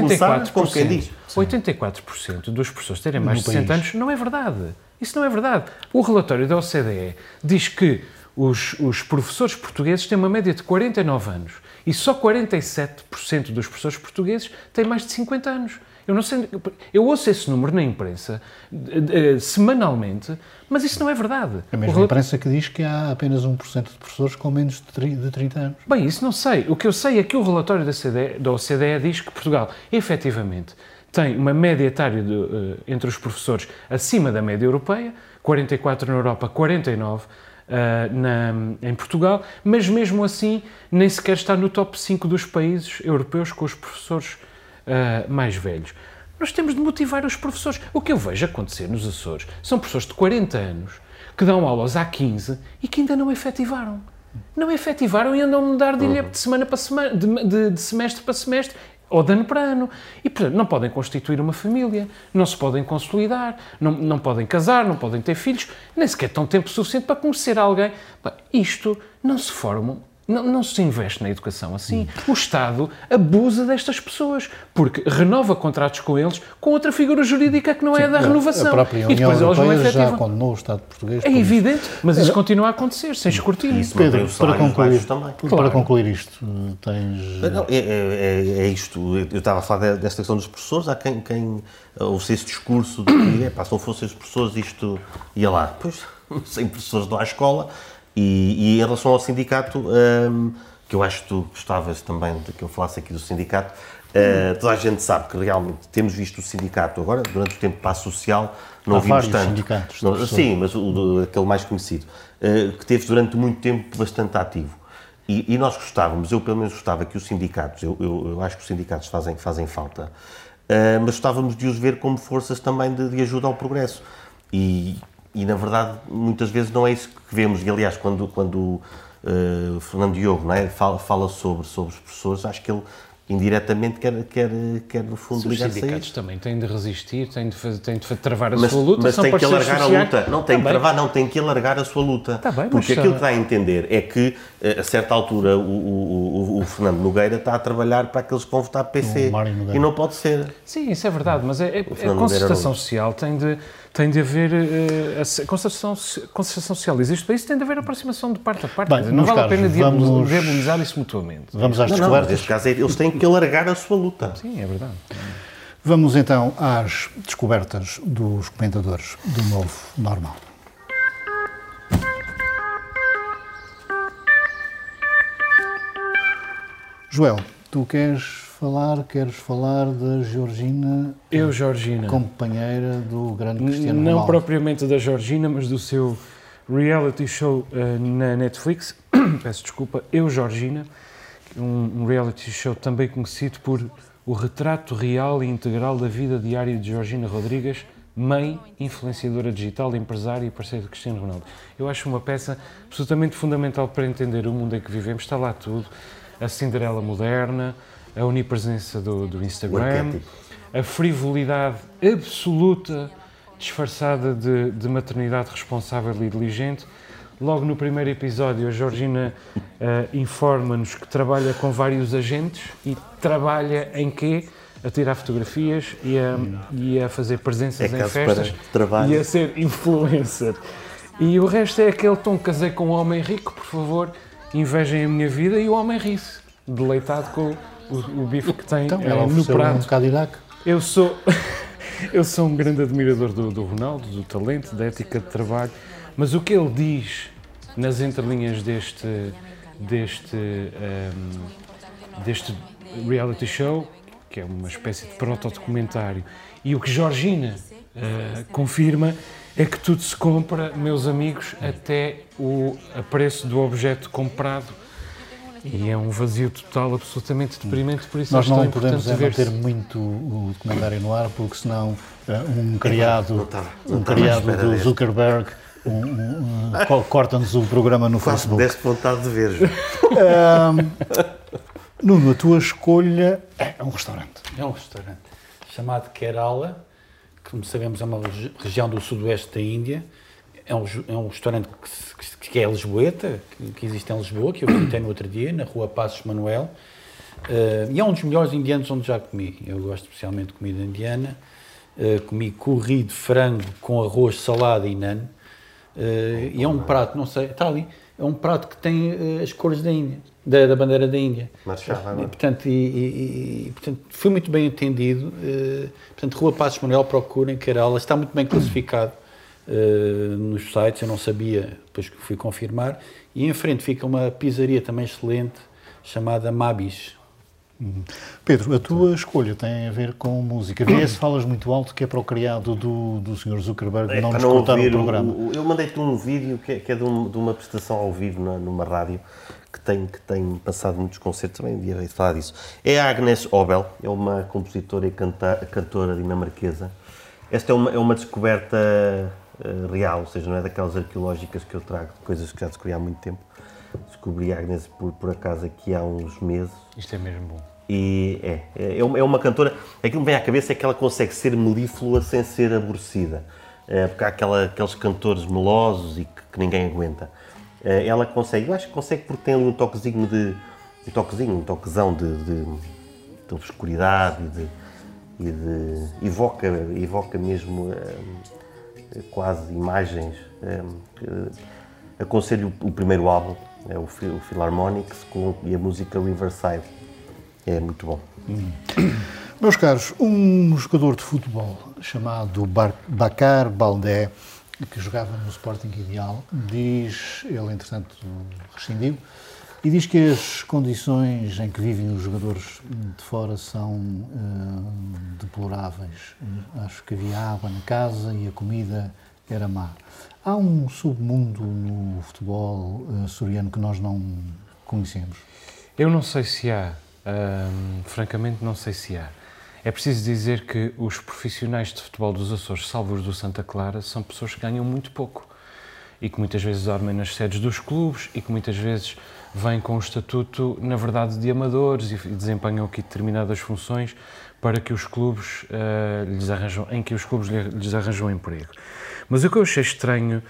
84% dos professores terem mais de 60 anos não é verdade. Isso não é verdade. O relatório da OCDE diz que os professores portugueses têm uma média de 49 anos e só 47% dos professores portugueses têm mais de 50 anos. Eu não sei, eu ouço esse número na imprensa semanalmente, mas isso não é verdade. A mesma imprensa que diz que há apenas 1% de professores com menos de 30 anos. Bem, isso não sei. O que eu sei é que o relatório da OCDE diz que Portugal, efetivamente, tem uma média etária entre os professores acima da média europeia, 44 na Europa, 49 em Portugal, mas mesmo assim nem sequer está no top 5 dos países europeus com os professores mais velhos. Nós temos de motivar os professores. O que eu vejo acontecer nos Açores são professores de 40 anos que dão aulas há 15 e que ainda não efetivaram. Não efetivaram e andam a mudar de ilha de semana para semana, de semestre para semestre, ou de ano para ano. E, portanto, não podem constituir uma família, não se podem consolidar, não podem casar, não podem ter filhos, nem sequer têm tempo suficiente para conhecer alguém. Isto não se forma, não se investe na educação assim. O Estado abusa destas pessoas, porque renova contratos com eles com outra figura jurídica que não é a da renovação. A própria União Europeia já condenou o Estado português. É evidente, mas isso continua a acontecer, sem escrutínio. Pedro, para concluir isto, tens... Não, é isto. Eu estava a falar desta questão dos professores. Há quem ouça esse discurso de que, se não fossem os professores, isto ia lá. Pois, sem professores não há escola. E em relação ao sindicato, que eu acho que tu gostavas também de que eu falasse aqui do sindicato, toda a gente sabe que realmente temos visto o sindicato agora, durante o tempo de paz social, não vimos tanto. Sindicatos. Sim, mas aquele mais conhecido, que teve durante muito tempo bastante ativo. E nós gostávamos, eu pelo menos gostava que os sindicatos, eu acho que os sindicatos fazem falta, mas gostávamos de os ver como forças também de ajuda ao progresso. E, na verdade, muitas vezes não é isso que vemos. E, aliás, quando o Fernando Diogo, não é, fala sobre os professores, acho que ele indiretamente quer no fundo ligar-se a isso. Os sindicatos também têm de resistir, têm de travar a sua luta. Mas tem que alargar a luta. Não tem que travar, não, tem que alargar a sua luta. Porque aquilo que dá a entender é que, a certa altura, o Fernando Nogueira está a trabalhar para aqueles que vão votar PC. E não pode ser. Sim, isso é verdade, mas a concertação social tem de haver... a concertação social existe para isso, tem de haver aproximação de parte a parte. Bem, não vale a pena diabolizar isso mutuamente. Vamos às descobertas. Neste caso, eles têm que alargar a sua luta. Sim, é verdade. Vamos então às descobertas dos comentadores do Novo Normal. Joel, tu queres queres falar da Georgina? Georgina. Companheira do grande Cristiano Ronaldo. Não propriamente da Georgina, mas do seu reality show na Netflix. Peço desculpa. Georgina. Um reality show também conhecido por o retrato real e integral da vida diária de Georgina Rodrigues, mãe, influenciadora digital, empresária e parceira de Cristiano Ronaldo. Eu acho uma peça absolutamente fundamental para entender o mundo em que vivemos. Está lá tudo. A Cinderela moderna, a onipresença do Instagram, a frivolidade absoluta, disfarçada de maternidade responsável e diligente. Logo no primeiro episódio, a Georgina informa-nos que trabalha com vários agentes e trabalha em quê? A tirar fotografias e a fazer presenças em festas e a ser influencer. E o resto é aquele tom: casei com um homem rico, por favor, invejem a minha vida, e o homem ri-se, deleitado com o bife que tem no prato. Um Cadillac. Eu sou um grande admirador do Ronaldo, do talento, da ética de trabalho, mas o que ele diz nas entrelinhas deste reality show, que é uma espécie de proto-documentário, e o que Georgina confirma, é que tudo se compra, meus amigos, até a preço do objeto comprado. E é um vazio total, absolutamente deprimente, por isso nós é tão não podemos importante manter muito o documentário no ar, porque senão um criado do Zuckerberg corta-nos o programa no Facebook. Deste vontade de ver. Nuno, a tua escolha é um restaurante. É um restaurante chamado Kerala, que, como sabemos, é uma região do sudoeste da Índia. É um restaurante que é lisboeta, que existe em Lisboa, que eu visitei no outro dia, na rua Passos Manuel. E é um dos melhores indianos onde já comi. Eu gosto especialmente de comida indiana. Comi curry de frango com arroz, salada e naan. E é um prato, não sei, está ali, é um prato que tem as cores da Índia, da bandeira da Índia. Portanto, fui muito bem atendido. Portanto, Rua Passos Manuel, procurem Kerala, está muito bem classificado nos sites, eu não sabia, depois que fui confirmar. E em frente fica uma pizzaria também excelente, chamada Mabis. Pedro, a tua escolha tem a ver com música. Vê-se, falas muito alto, que é para o criado do Sr. Zuckerberg não nos contar o programa. Eu mandei-te um vídeo que é de uma prestação ao vivo numa rádio que tem passado muitos concertos, também devia falar disso. É a Agnes Obel, é uma compositora e cantora dinamarquesa. Esta é uma descoberta real, ou seja, não é daquelas arqueológicas que eu trago, de coisas que já descobri há muito tempo. Descobri a Agnes por acaso aqui há uns meses. Isto é mesmo bom. E é uma cantora, aquilo que me vem à cabeça é que ela consegue ser melíflua sem ser aborrecida, porque há aqueles cantores melosos e que ninguém aguenta. Ela consegue, eu acho que consegue porque tem ali um toquezão de obscuridade evoca mesmo quase imagens. Aconselho o primeiro álbum, é o Philharmonics, e a música Riverside. É muito bom. Meus caros, um jogador de futebol chamado Bakar Baldé, que jogava no Sporting Ideal, diz, ele entretanto rescindiu, e diz que as condições em que vivem os jogadores de fora são deploráveis. Acho que havia água na casa e a comida era má. Há um submundo no futebol açoriano que nós não conhecemos? Eu não sei se há. Francamente, não sei se há. É preciso dizer que os profissionais de futebol dos Açores, salvo os do Santa Clara, são pessoas que ganham muito pouco e que muitas vezes dormem nas sedes dos clubes e que muitas vezes vêm com o estatuto, na verdade, de amadores e desempenham aqui determinadas funções para que os clubes lhes arranjam emprego. Mas o que eu achei estranho,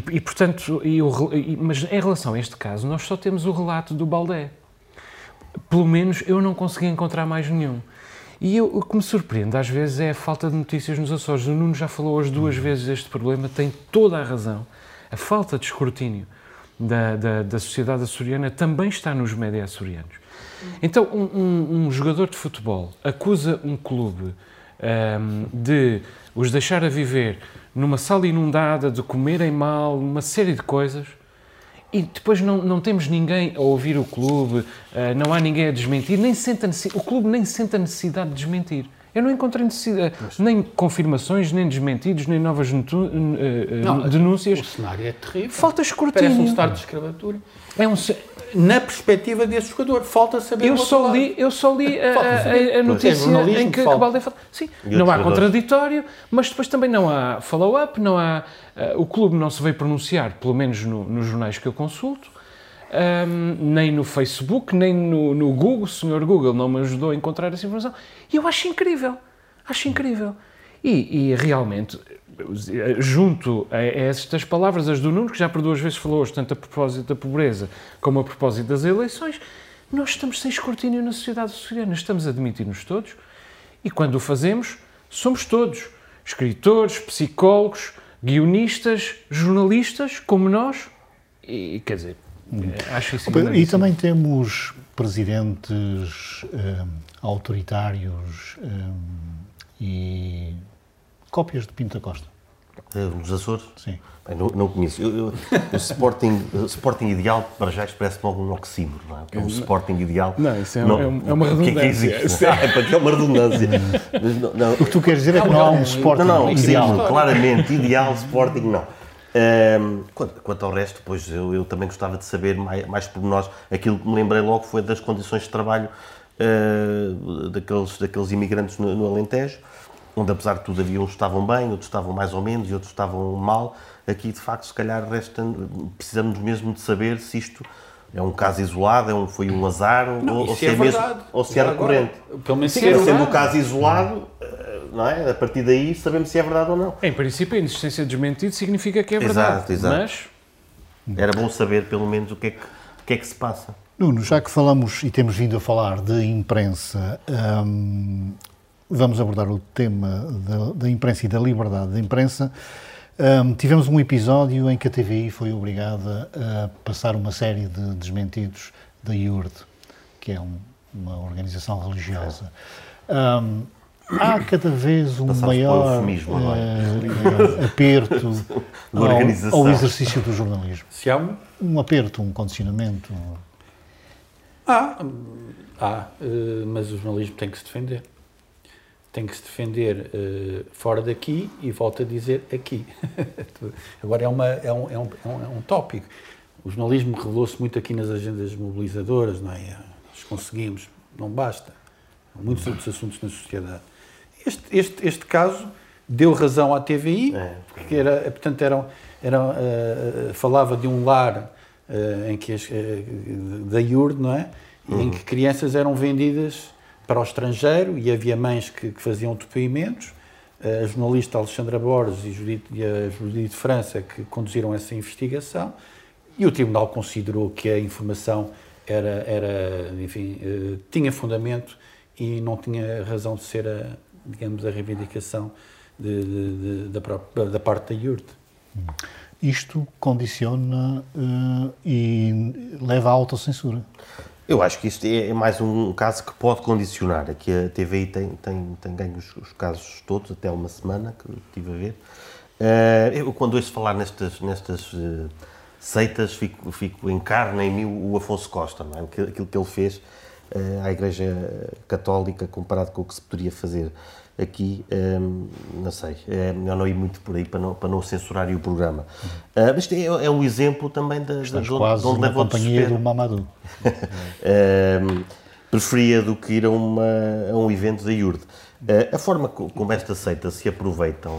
mas em relação a este caso, nós só temos o relato do Baldé. Pelo menos eu não consegui encontrar mais nenhum. E o que me surpreende às vezes é a falta de notícias nos Açores. O Nuno já falou hoje 2 vezes deste problema, tem toda a razão. A falta de escrutínio da sociedade açoriana também está nos média açorianos. Então, um jogador de futebol acusa um clube de os deixar a viver numa sala inundada, de comerem mal, uma série de coisas, e depois não temos ninguém a ouvir o clube, não há ninguém a desmentir, o clube nem sente a necessidade de desmentir. Eu não encontrei necessidade, nem confirmações, nem desmentidos, nem novas denúncias. O cenário é terrível. Falta escrutínio. Parece um estado de escravatura. Na perspectiva desse jogador, falta saber eu só li a notícia em que Balde fala. Sim, não há contraditório, mas depois também não há follow-up, não há... o clube não se veio pronunciar, pelo menos nos jornais que eu consulto, nem no Facebook, nem no Google. O senhor Google não me ajudou a encontrar essa informação. E eu acho incrível. E realmente, junto a estas palavras, as do Nuno, que já por 2 vezes falou hoje, tanto a propósito da pobreza como a propósito das eleições, nós estamos sem escrutínio na sociedade açoriana, estamos a admitir-nos todos, e quando o fazemos, somos todos, escritores, psicólogos, guionistas, jornalistas, como nós, e quer dizer, acho isso E também temos presidentes autoritários e cópias de Pinto da Costa. Nos Açores? Sim. Bem, não conheço. O Sporting ideal, para já, parece-me logo um oxímoro, não é? Porque um Sporting ideal... Não, isso é uma redundância. Para que é uma redundância. O que tu queres dizer é que não há um Sporting ideal. Claramente, ideal, Sporting, não. Quanto ao resto, pois eu também gostava de saber mais pormenores. Aquilo que me lembrei logo foi das condições de trabalho daqueles imigrantes no Alentejo, onde apesar de tudo havia uns que estavam bem, outros estavam mais ou menos e outros estavam mal. Aqui, de facto, se calhar precisamos mesmo de saber se isto é um caso isolado, foi um azar, ou se é recorrente. Pelo menos sendo um caso isolado, não é? A partir daí sabemos se é verdade ou não. Em princípio, a inexistência de desmentido significa que é verdade. Exato. Mas era bom saber, pelo menos, o que é que se passa. Nuno, já que falamos e temos vindo a falar de imprensa, vamos abordar o tema da imprensa e da liberdade da imprensa. Tivemos um episódio em que a TVI foi obrigada a passar uma série de desmentidos da IURD, que é uma organização religiosa. Há cada vez um maior aperto ao exercício do jornalismo. Se há um aperto, um condicionamento. Mas o jornalismo tem que se defender. Tem que se defender fora daqui e volto a dizer aqui. Agora é um tópico. O jornalismo revelou-se muito aqui nas agendas mobilizadoras, não é? Nós conseguimos, não basta. Há muitos outros assuntos na sociedade. Este caso deu razão à TVI, porque falava de um lar em que da IURD, não é? Em que crianças eram vendidas para o estrangeiro e havia mães que faziam depoimentos. A jornalista Alexandra Borges e a Judite França que conduziram essa investigação, e o Tribunal considerou que a informação tinha fundamento e não tinha razão de ser a reivindicação da parte da IURD. Isto condiciona e leva à autocensura. Eu acho que isto é mais um caso que pode condicionar. Aqui a TVI tem ganho os casos todos, até uma semana que estive a ver. Eu, quando ouço falar nestas seitas, fico em carne em mim o Afonso Costa, não é? Aquilo que ele fez à Igreja Católica comparado com o que se poderia fazer aqui, não sei, é melhor não ir muito por aí para não censurarem o programa. Mas é um exemplo também de onde leva o companhia do Mamadou. Preferia do que ir a um evento da IURD. A forma como esta seita se aproveitam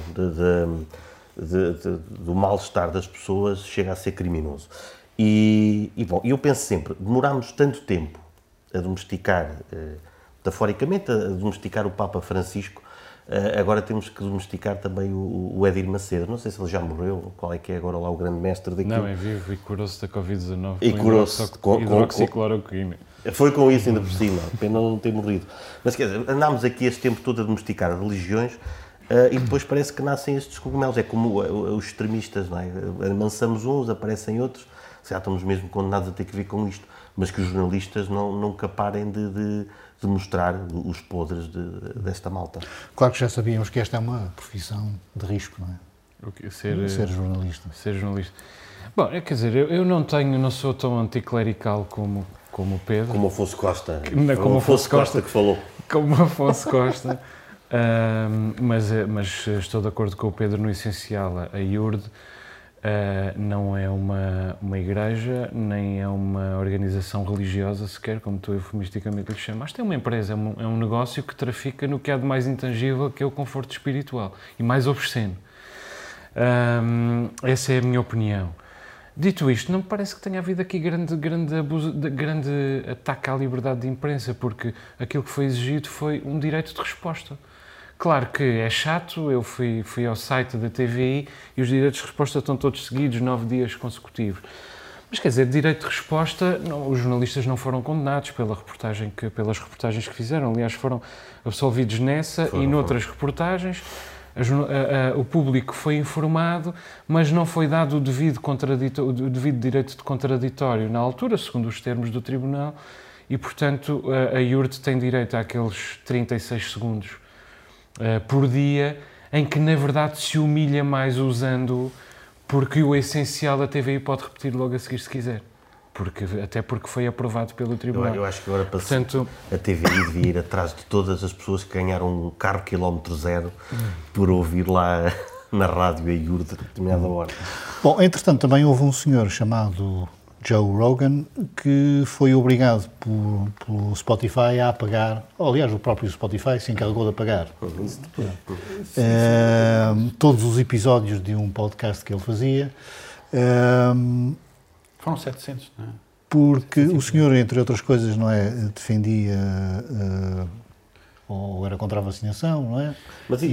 do mal-estar das pessoas chega a ser criminoso. E bom, eu penso sempre, demorámos tanto tempo a domesticar, metaforicamente, a domesticar o Papa Francisco, agora temos que domesticar também o Edir Macedo. Não sei se ele já morreu, qual é que é agora lá o grande mestre daquilo. Não, é vivo e curou-se da Covid-19 e curou-se com hidroxicloroquina. Foi com isso ainda por cima, pena não ter morrido. Mas quer dizer, andámos aqui este tempo todo a domesticar religiões e depois parece que nascem estes cogumelos. É como os extremistas, não é? Amansamos uns, aparecem outros. Já estamos mesmo condenados a ter que ver com isto. Mas que os jornalistas nunca parem de mostrar os podres desta malta. Claro que já sabíamos que esta é uma profissão de risco, não é? Ser jornalista. Ser jornalista. Bom, quer dizer, eu não sou tão anticlerical como o Pedro. Como o Afonso Costa. Como o Afonso Costa que falou. Como o Afonso Costa. Mas estou de acordo com o Pedro no essencial. A IURD não é uma igreja, nem é uma organização religiosa sequer, como tu eufemisticamente lhe chamas. É uma empresa, é um negócio que trafica no que há de mais intangível, que é o conforto espiritual, e mais obsceno. Essa é a minha opinião. Dito isto, não me parece que tenha havido aqui grande ataque à liberdade de imprensa, porque aquilo que foi exigido foi um direito de resposta. Claro que é chato, eu fui ao site da TVI e os direitos de resposta estão todos seguidos, 9 dias consecutivos. Mas quer dizer, direito de resposta, os jornalistas não foram condenados pelas reportagens que fizeram, aliás foram absolvidos nessa e noutras reportagens. O público foi informado, mas não foi dado o devido direito de contraditório na altura, segundo os termos do Tribunal, e, portanto, a IURD tem direito àqueles 36 segundos por dia, em que, na verdade, se humilha mais usando-o, porque o essencial a TVI pode repetir logo a seguir se quiser. Até porque foi aprovado pelo Tribunal. Eu acho que agora a TVI devia ir atrás de todas as pessoas que ganharam um carro quilómetro zero por ouvir lá na rádio a IURD a determinada hora. Bom, entretanto, também houve um senhor chamado Joe Rogan que foi obrigado pelo Spotify a apagar, aliás, o próprio Spotify se encarregou de apagar todos os episódios de um podcast que ele fazia. Foram 700, não é? Porque o senhor, entre outras coisas, não é, defendia ou era contra a vacinação, não é? Mas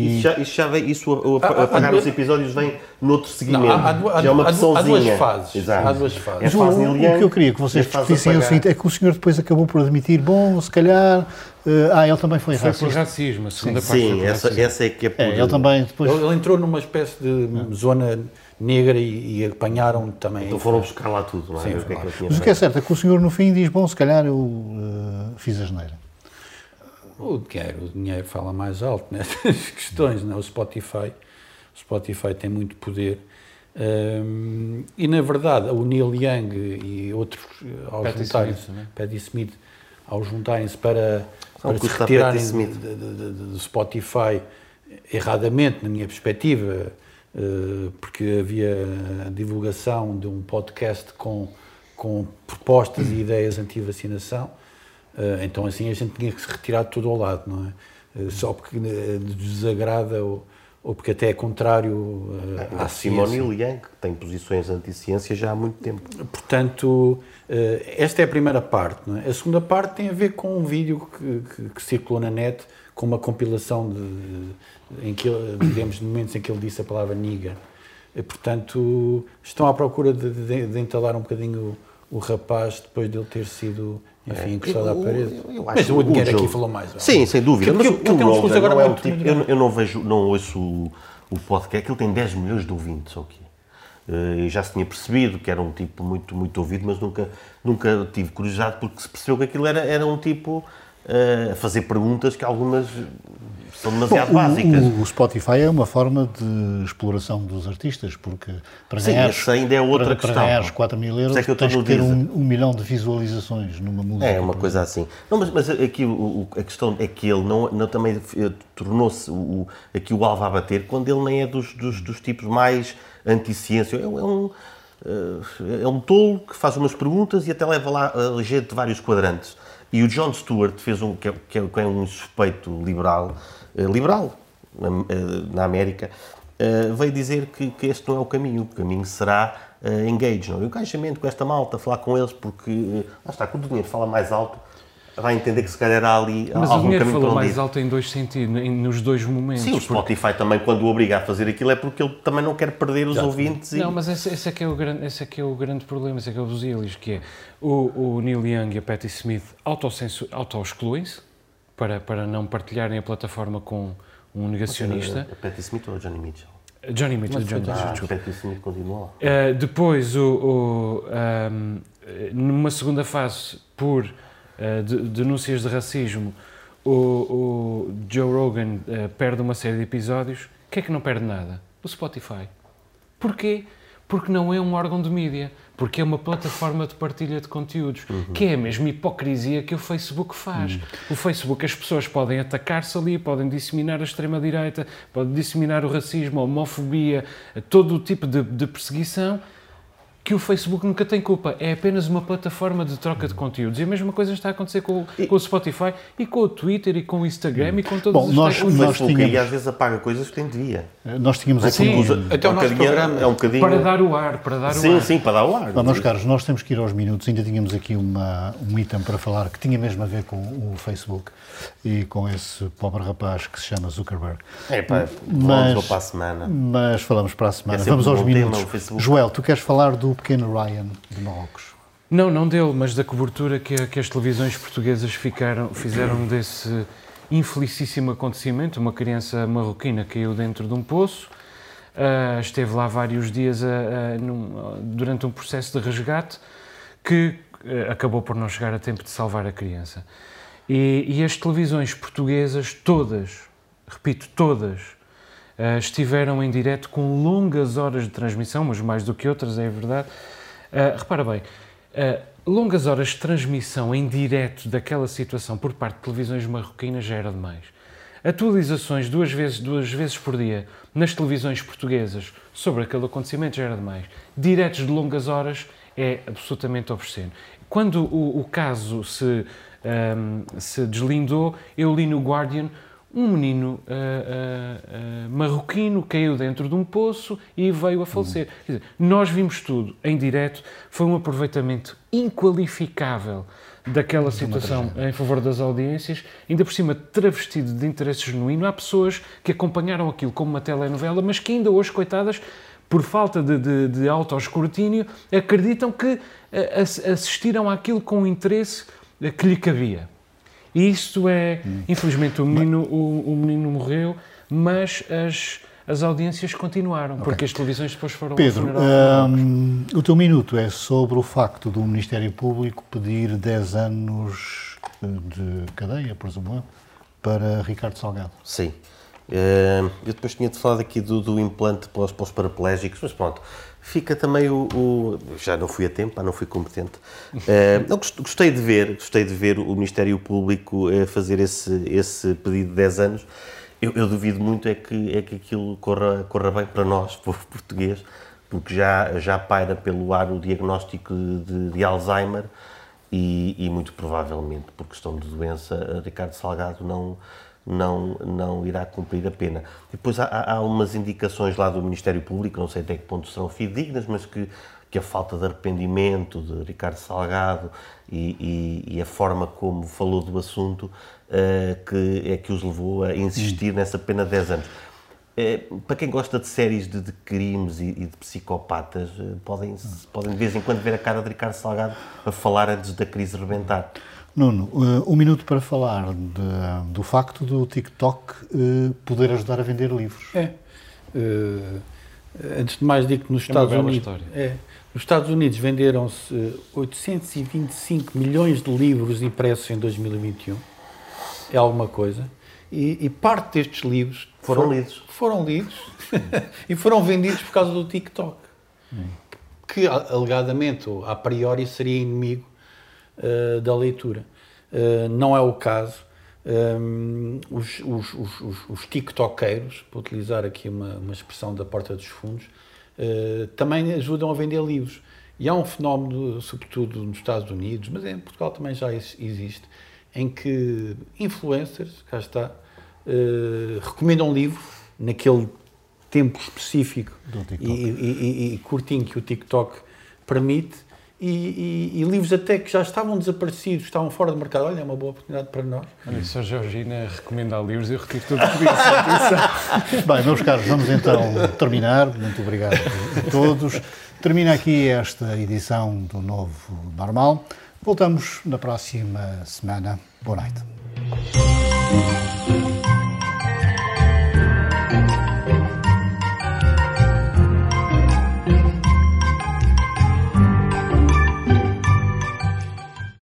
apagar os episódios vem noutro seguimento. Já é uma pressãozinha. Há duas fases. Exato. Há duas fases. Mas o que eu queria que vocês discutissem é o seguinte, é que o senhor depois acabou por admitir, bom, se calhar, ele também foi racista. Foi por racismo, a segunda parte. Sim, essa é que é por... ele também depois... Ele entrou numa espécie de zona negra e apanharam também... Então foram buscar lá tudo, não é? Sim, Mas o que é certo é que o senhor no fim diz, bom, se calhar eu fiz asneira. O dinheiro fala mais alto nestas questões, não é? O Spotify tem muito poder. E, na verdade, o Neil Young e outros, Patti Smith, ao juntarem-se para se retirarem do Spotify, erradamente, na minha perspectiva, porque havia a divulgação de um podcast com propostas e ideias anti-vacinação, então assim a gente tinha que se retirar de todo ao lado, não é? Só porque desagrada ou porque até é contrário à Simone Young, que tem posições anti-ciência já há muito tempo. Portanto, esta é a primeira parte, não é? A segunda parte tem a ver com um vídeo que circulou na net, com uma compilação digamos, de momentos em que ele disse a palavra nigger. Portanto, estão à procura de entalar um bocadinho o rapaz depois de ele ter sido, enfim, encostado à parede. Mas o dinheiro aqui falou mais. Sim, sem dúvida. Mas o Rogan não é o tipo... Eu não ouço o podcast, que ele tem 10 milhões de ouvintes, ou quê? E já se tinha percebido que era um tipo muito, muito ouvido, mas nunca tive curiosidade, porque se percebeu que aquilo era um tipo a fazer perguntas que algumas são demasiado básicas. O Spotify é uma forma de exploração dos artistas, porque para ganhares, ainda é outra questão. Para ganhares 4 mil euros, tens que ter 1 milhão de visualizações numa música. É uma coisa assim. Não, mas aqui a questão é que ele não também tornou-se aqui o alvo a bater quando ele nem é dos tipos mais anti-ciência. É um tolo que faz umas perguntas e até leva lá a gente de vários quadrantes. E o Jon Stewart fez que é um suspeito liberal na América, veio dizer que este não é o caminho será engage, não? O engajamento com esta malta, falar com eles, porque lá está, quando o dinheiro fala mais alto, vai entender que se calhar há ali mas algum caminho para onde ir. Mas o dinheiro falou mais alto em dois sentidos, nos dois momentos. Sim, o Spotify também, quando o obriga a fazer aquilo, é porque ele também não quer perder os ouvintes. Não, mas esse é que é o grande problema, esse é que é o dos ilhos, que é o Neil Young e a Patti Smith auto-excluem-se para não partilharem a plataforma com um negacionista. A Patti Smith ou a Johnny Mitchell? Johnny Mitchell, desculpa. A Patti Smith continua lá. Depois, numa segunda fase, por denúncias de racismo, o Joe Rogan perde uma série de episódios. O que é que não perde nada? O Spotify. Porquê? porque não é um órgão de mídia, porque é uma plataforma de partilha de conteúdos, que é a mesma hipocrisia que o Facebook faz. O Facebook, as pessoas podem atacar-se ali, podem disseminar a extrema-direita, podem disseminar o racismo, a homofobia, todo o tipo de perseguição, que o Facebook nunca tem culpa, é apenas uma plataforma de troca de conteúdos. E a mesma coisa está a acontecer com o Spotify e com o Twitter e com o Instagram e com todos os nós tínhamos... E às vezes apaga coisas que tem devia. Nós tínhamos aqui... Até o nosso programa é um bocadinho... Para dar o ar, Sim, para dar o ar. Meus caros, nós temos que ir aos minutos. Ainda tínhamos aqui um item para falar que tinha mesmo a ver com o Facebook e com esse pobre rapaz que se chama Zuckerberg. Falamos para a semana. Mas falamos para a semana. Vamos aos minutos. Joel, tu queres falar do pequeno Ryan de Marrocos? Não dele, mas da cobertura que as televisões portuguesas fizeram desse infelicíssimo acontecimento. Uma criança marroquina caiu dentro de um poço, esteve lá vários dias durante um processo de resgate que acabou por não chegar a tempo de salvar a criança. E as televisões portuguesas, todas, repito, todas, estiveram em direto com longas horas de transmissão, mas mais do que outras, é verdade. Repara bem, longas horas de transmissão em direto daquela situação por parte de televisões marroquinas já era demais. Atualizações duas vezes por dia nas televisões portuguesas sobre aquele acontecimento já era demais. Diretos de longas horas é absolutamente obsceno. Quando o caso se deslindou, eu li no Guardian, um menino marroquino caiu dentro de um poço e veio a falecer. Quer dizer, nós vimos tudo em direto, foi um aproveitamento inqualificável daquela situação em favor das audiências, ainda por cima travestido de interesse genuíno. Há pessoas que acompanharam aquilo como uma telenovela, mas que ainda hoje, coitadas, por falta de autoescrutínio, acreditam que assistiram àquilo com o interesse que lhe cabia. E isto é, infelizmente, o menino morreu, mas as audiências continuaram, porque as televisões depois foram... Pedro, o teu minuto é sobre o facto do Ministério Público pedir 10 anos de cadeia, presumo eu, para Ricardo Salgado. Sim. Eu depois tinha-te falado aqui do implante para os paraplégicos, mas pronto, fica também já não fui a tempo, não fui competente. Eu gostei de ver o Ministério Público fazer esse pedido de 10 anos. Eu duvido muito é que aquilo corra bem para nós, povo português, porque já paira pelo ar o diagnóstico de Alzheimer e muito provavelmente, por questão de doença, Ricardo Salgado não irá cumprir a pena. Depois há umas indicações lá do Ministério Público, não sei até que ponto serão fidedignas, mas que a falta de arrependimento de Ricardo Salgado e a forma como falou do assunto que os levou a insistir nessa pena de 10 anos. Para quem gosta de séries de crimes e de psicopatas, podem de vez em quando ver a cara de Ricardo Salgado a falar antes da crise rebentar. Nuno, um minuto para falar do facto do TikTok poder ajudar a vender livros. Antes de mais, digo que nos Estados Unidos venderam-se 825 milhões de livros impressos em 2021. É alguma coisa. E parte destes livros foram lidos e foram vendidos por causa do TikTok, que alegadamente, ou a priori, seria inimigo da leitura. Não é o caso. Os tiktokeiros, para utilizar aqui uma expressão da porta dos fundos, também ajudam a vender livros. E há um fenómeno, sobretudo nos Estados Unidos, mas em Portugal também já existe, em que influencers, cá está, recomendam um livro naquele tempo específico e curtinho que o TikTok permite, e livros até que já estavam desaparecidos, estavam fora do mercado. Olha, é uma boa oportunidade para nós. Olha, se a Georgina recomenda livros, eu retiro tudo o que disse. Bem, meus caros, vamos então terminar. Muito obrigado a todos. Termina aqui esta edição do Novo Normal. Voltamos na próxima semana. Boa noite.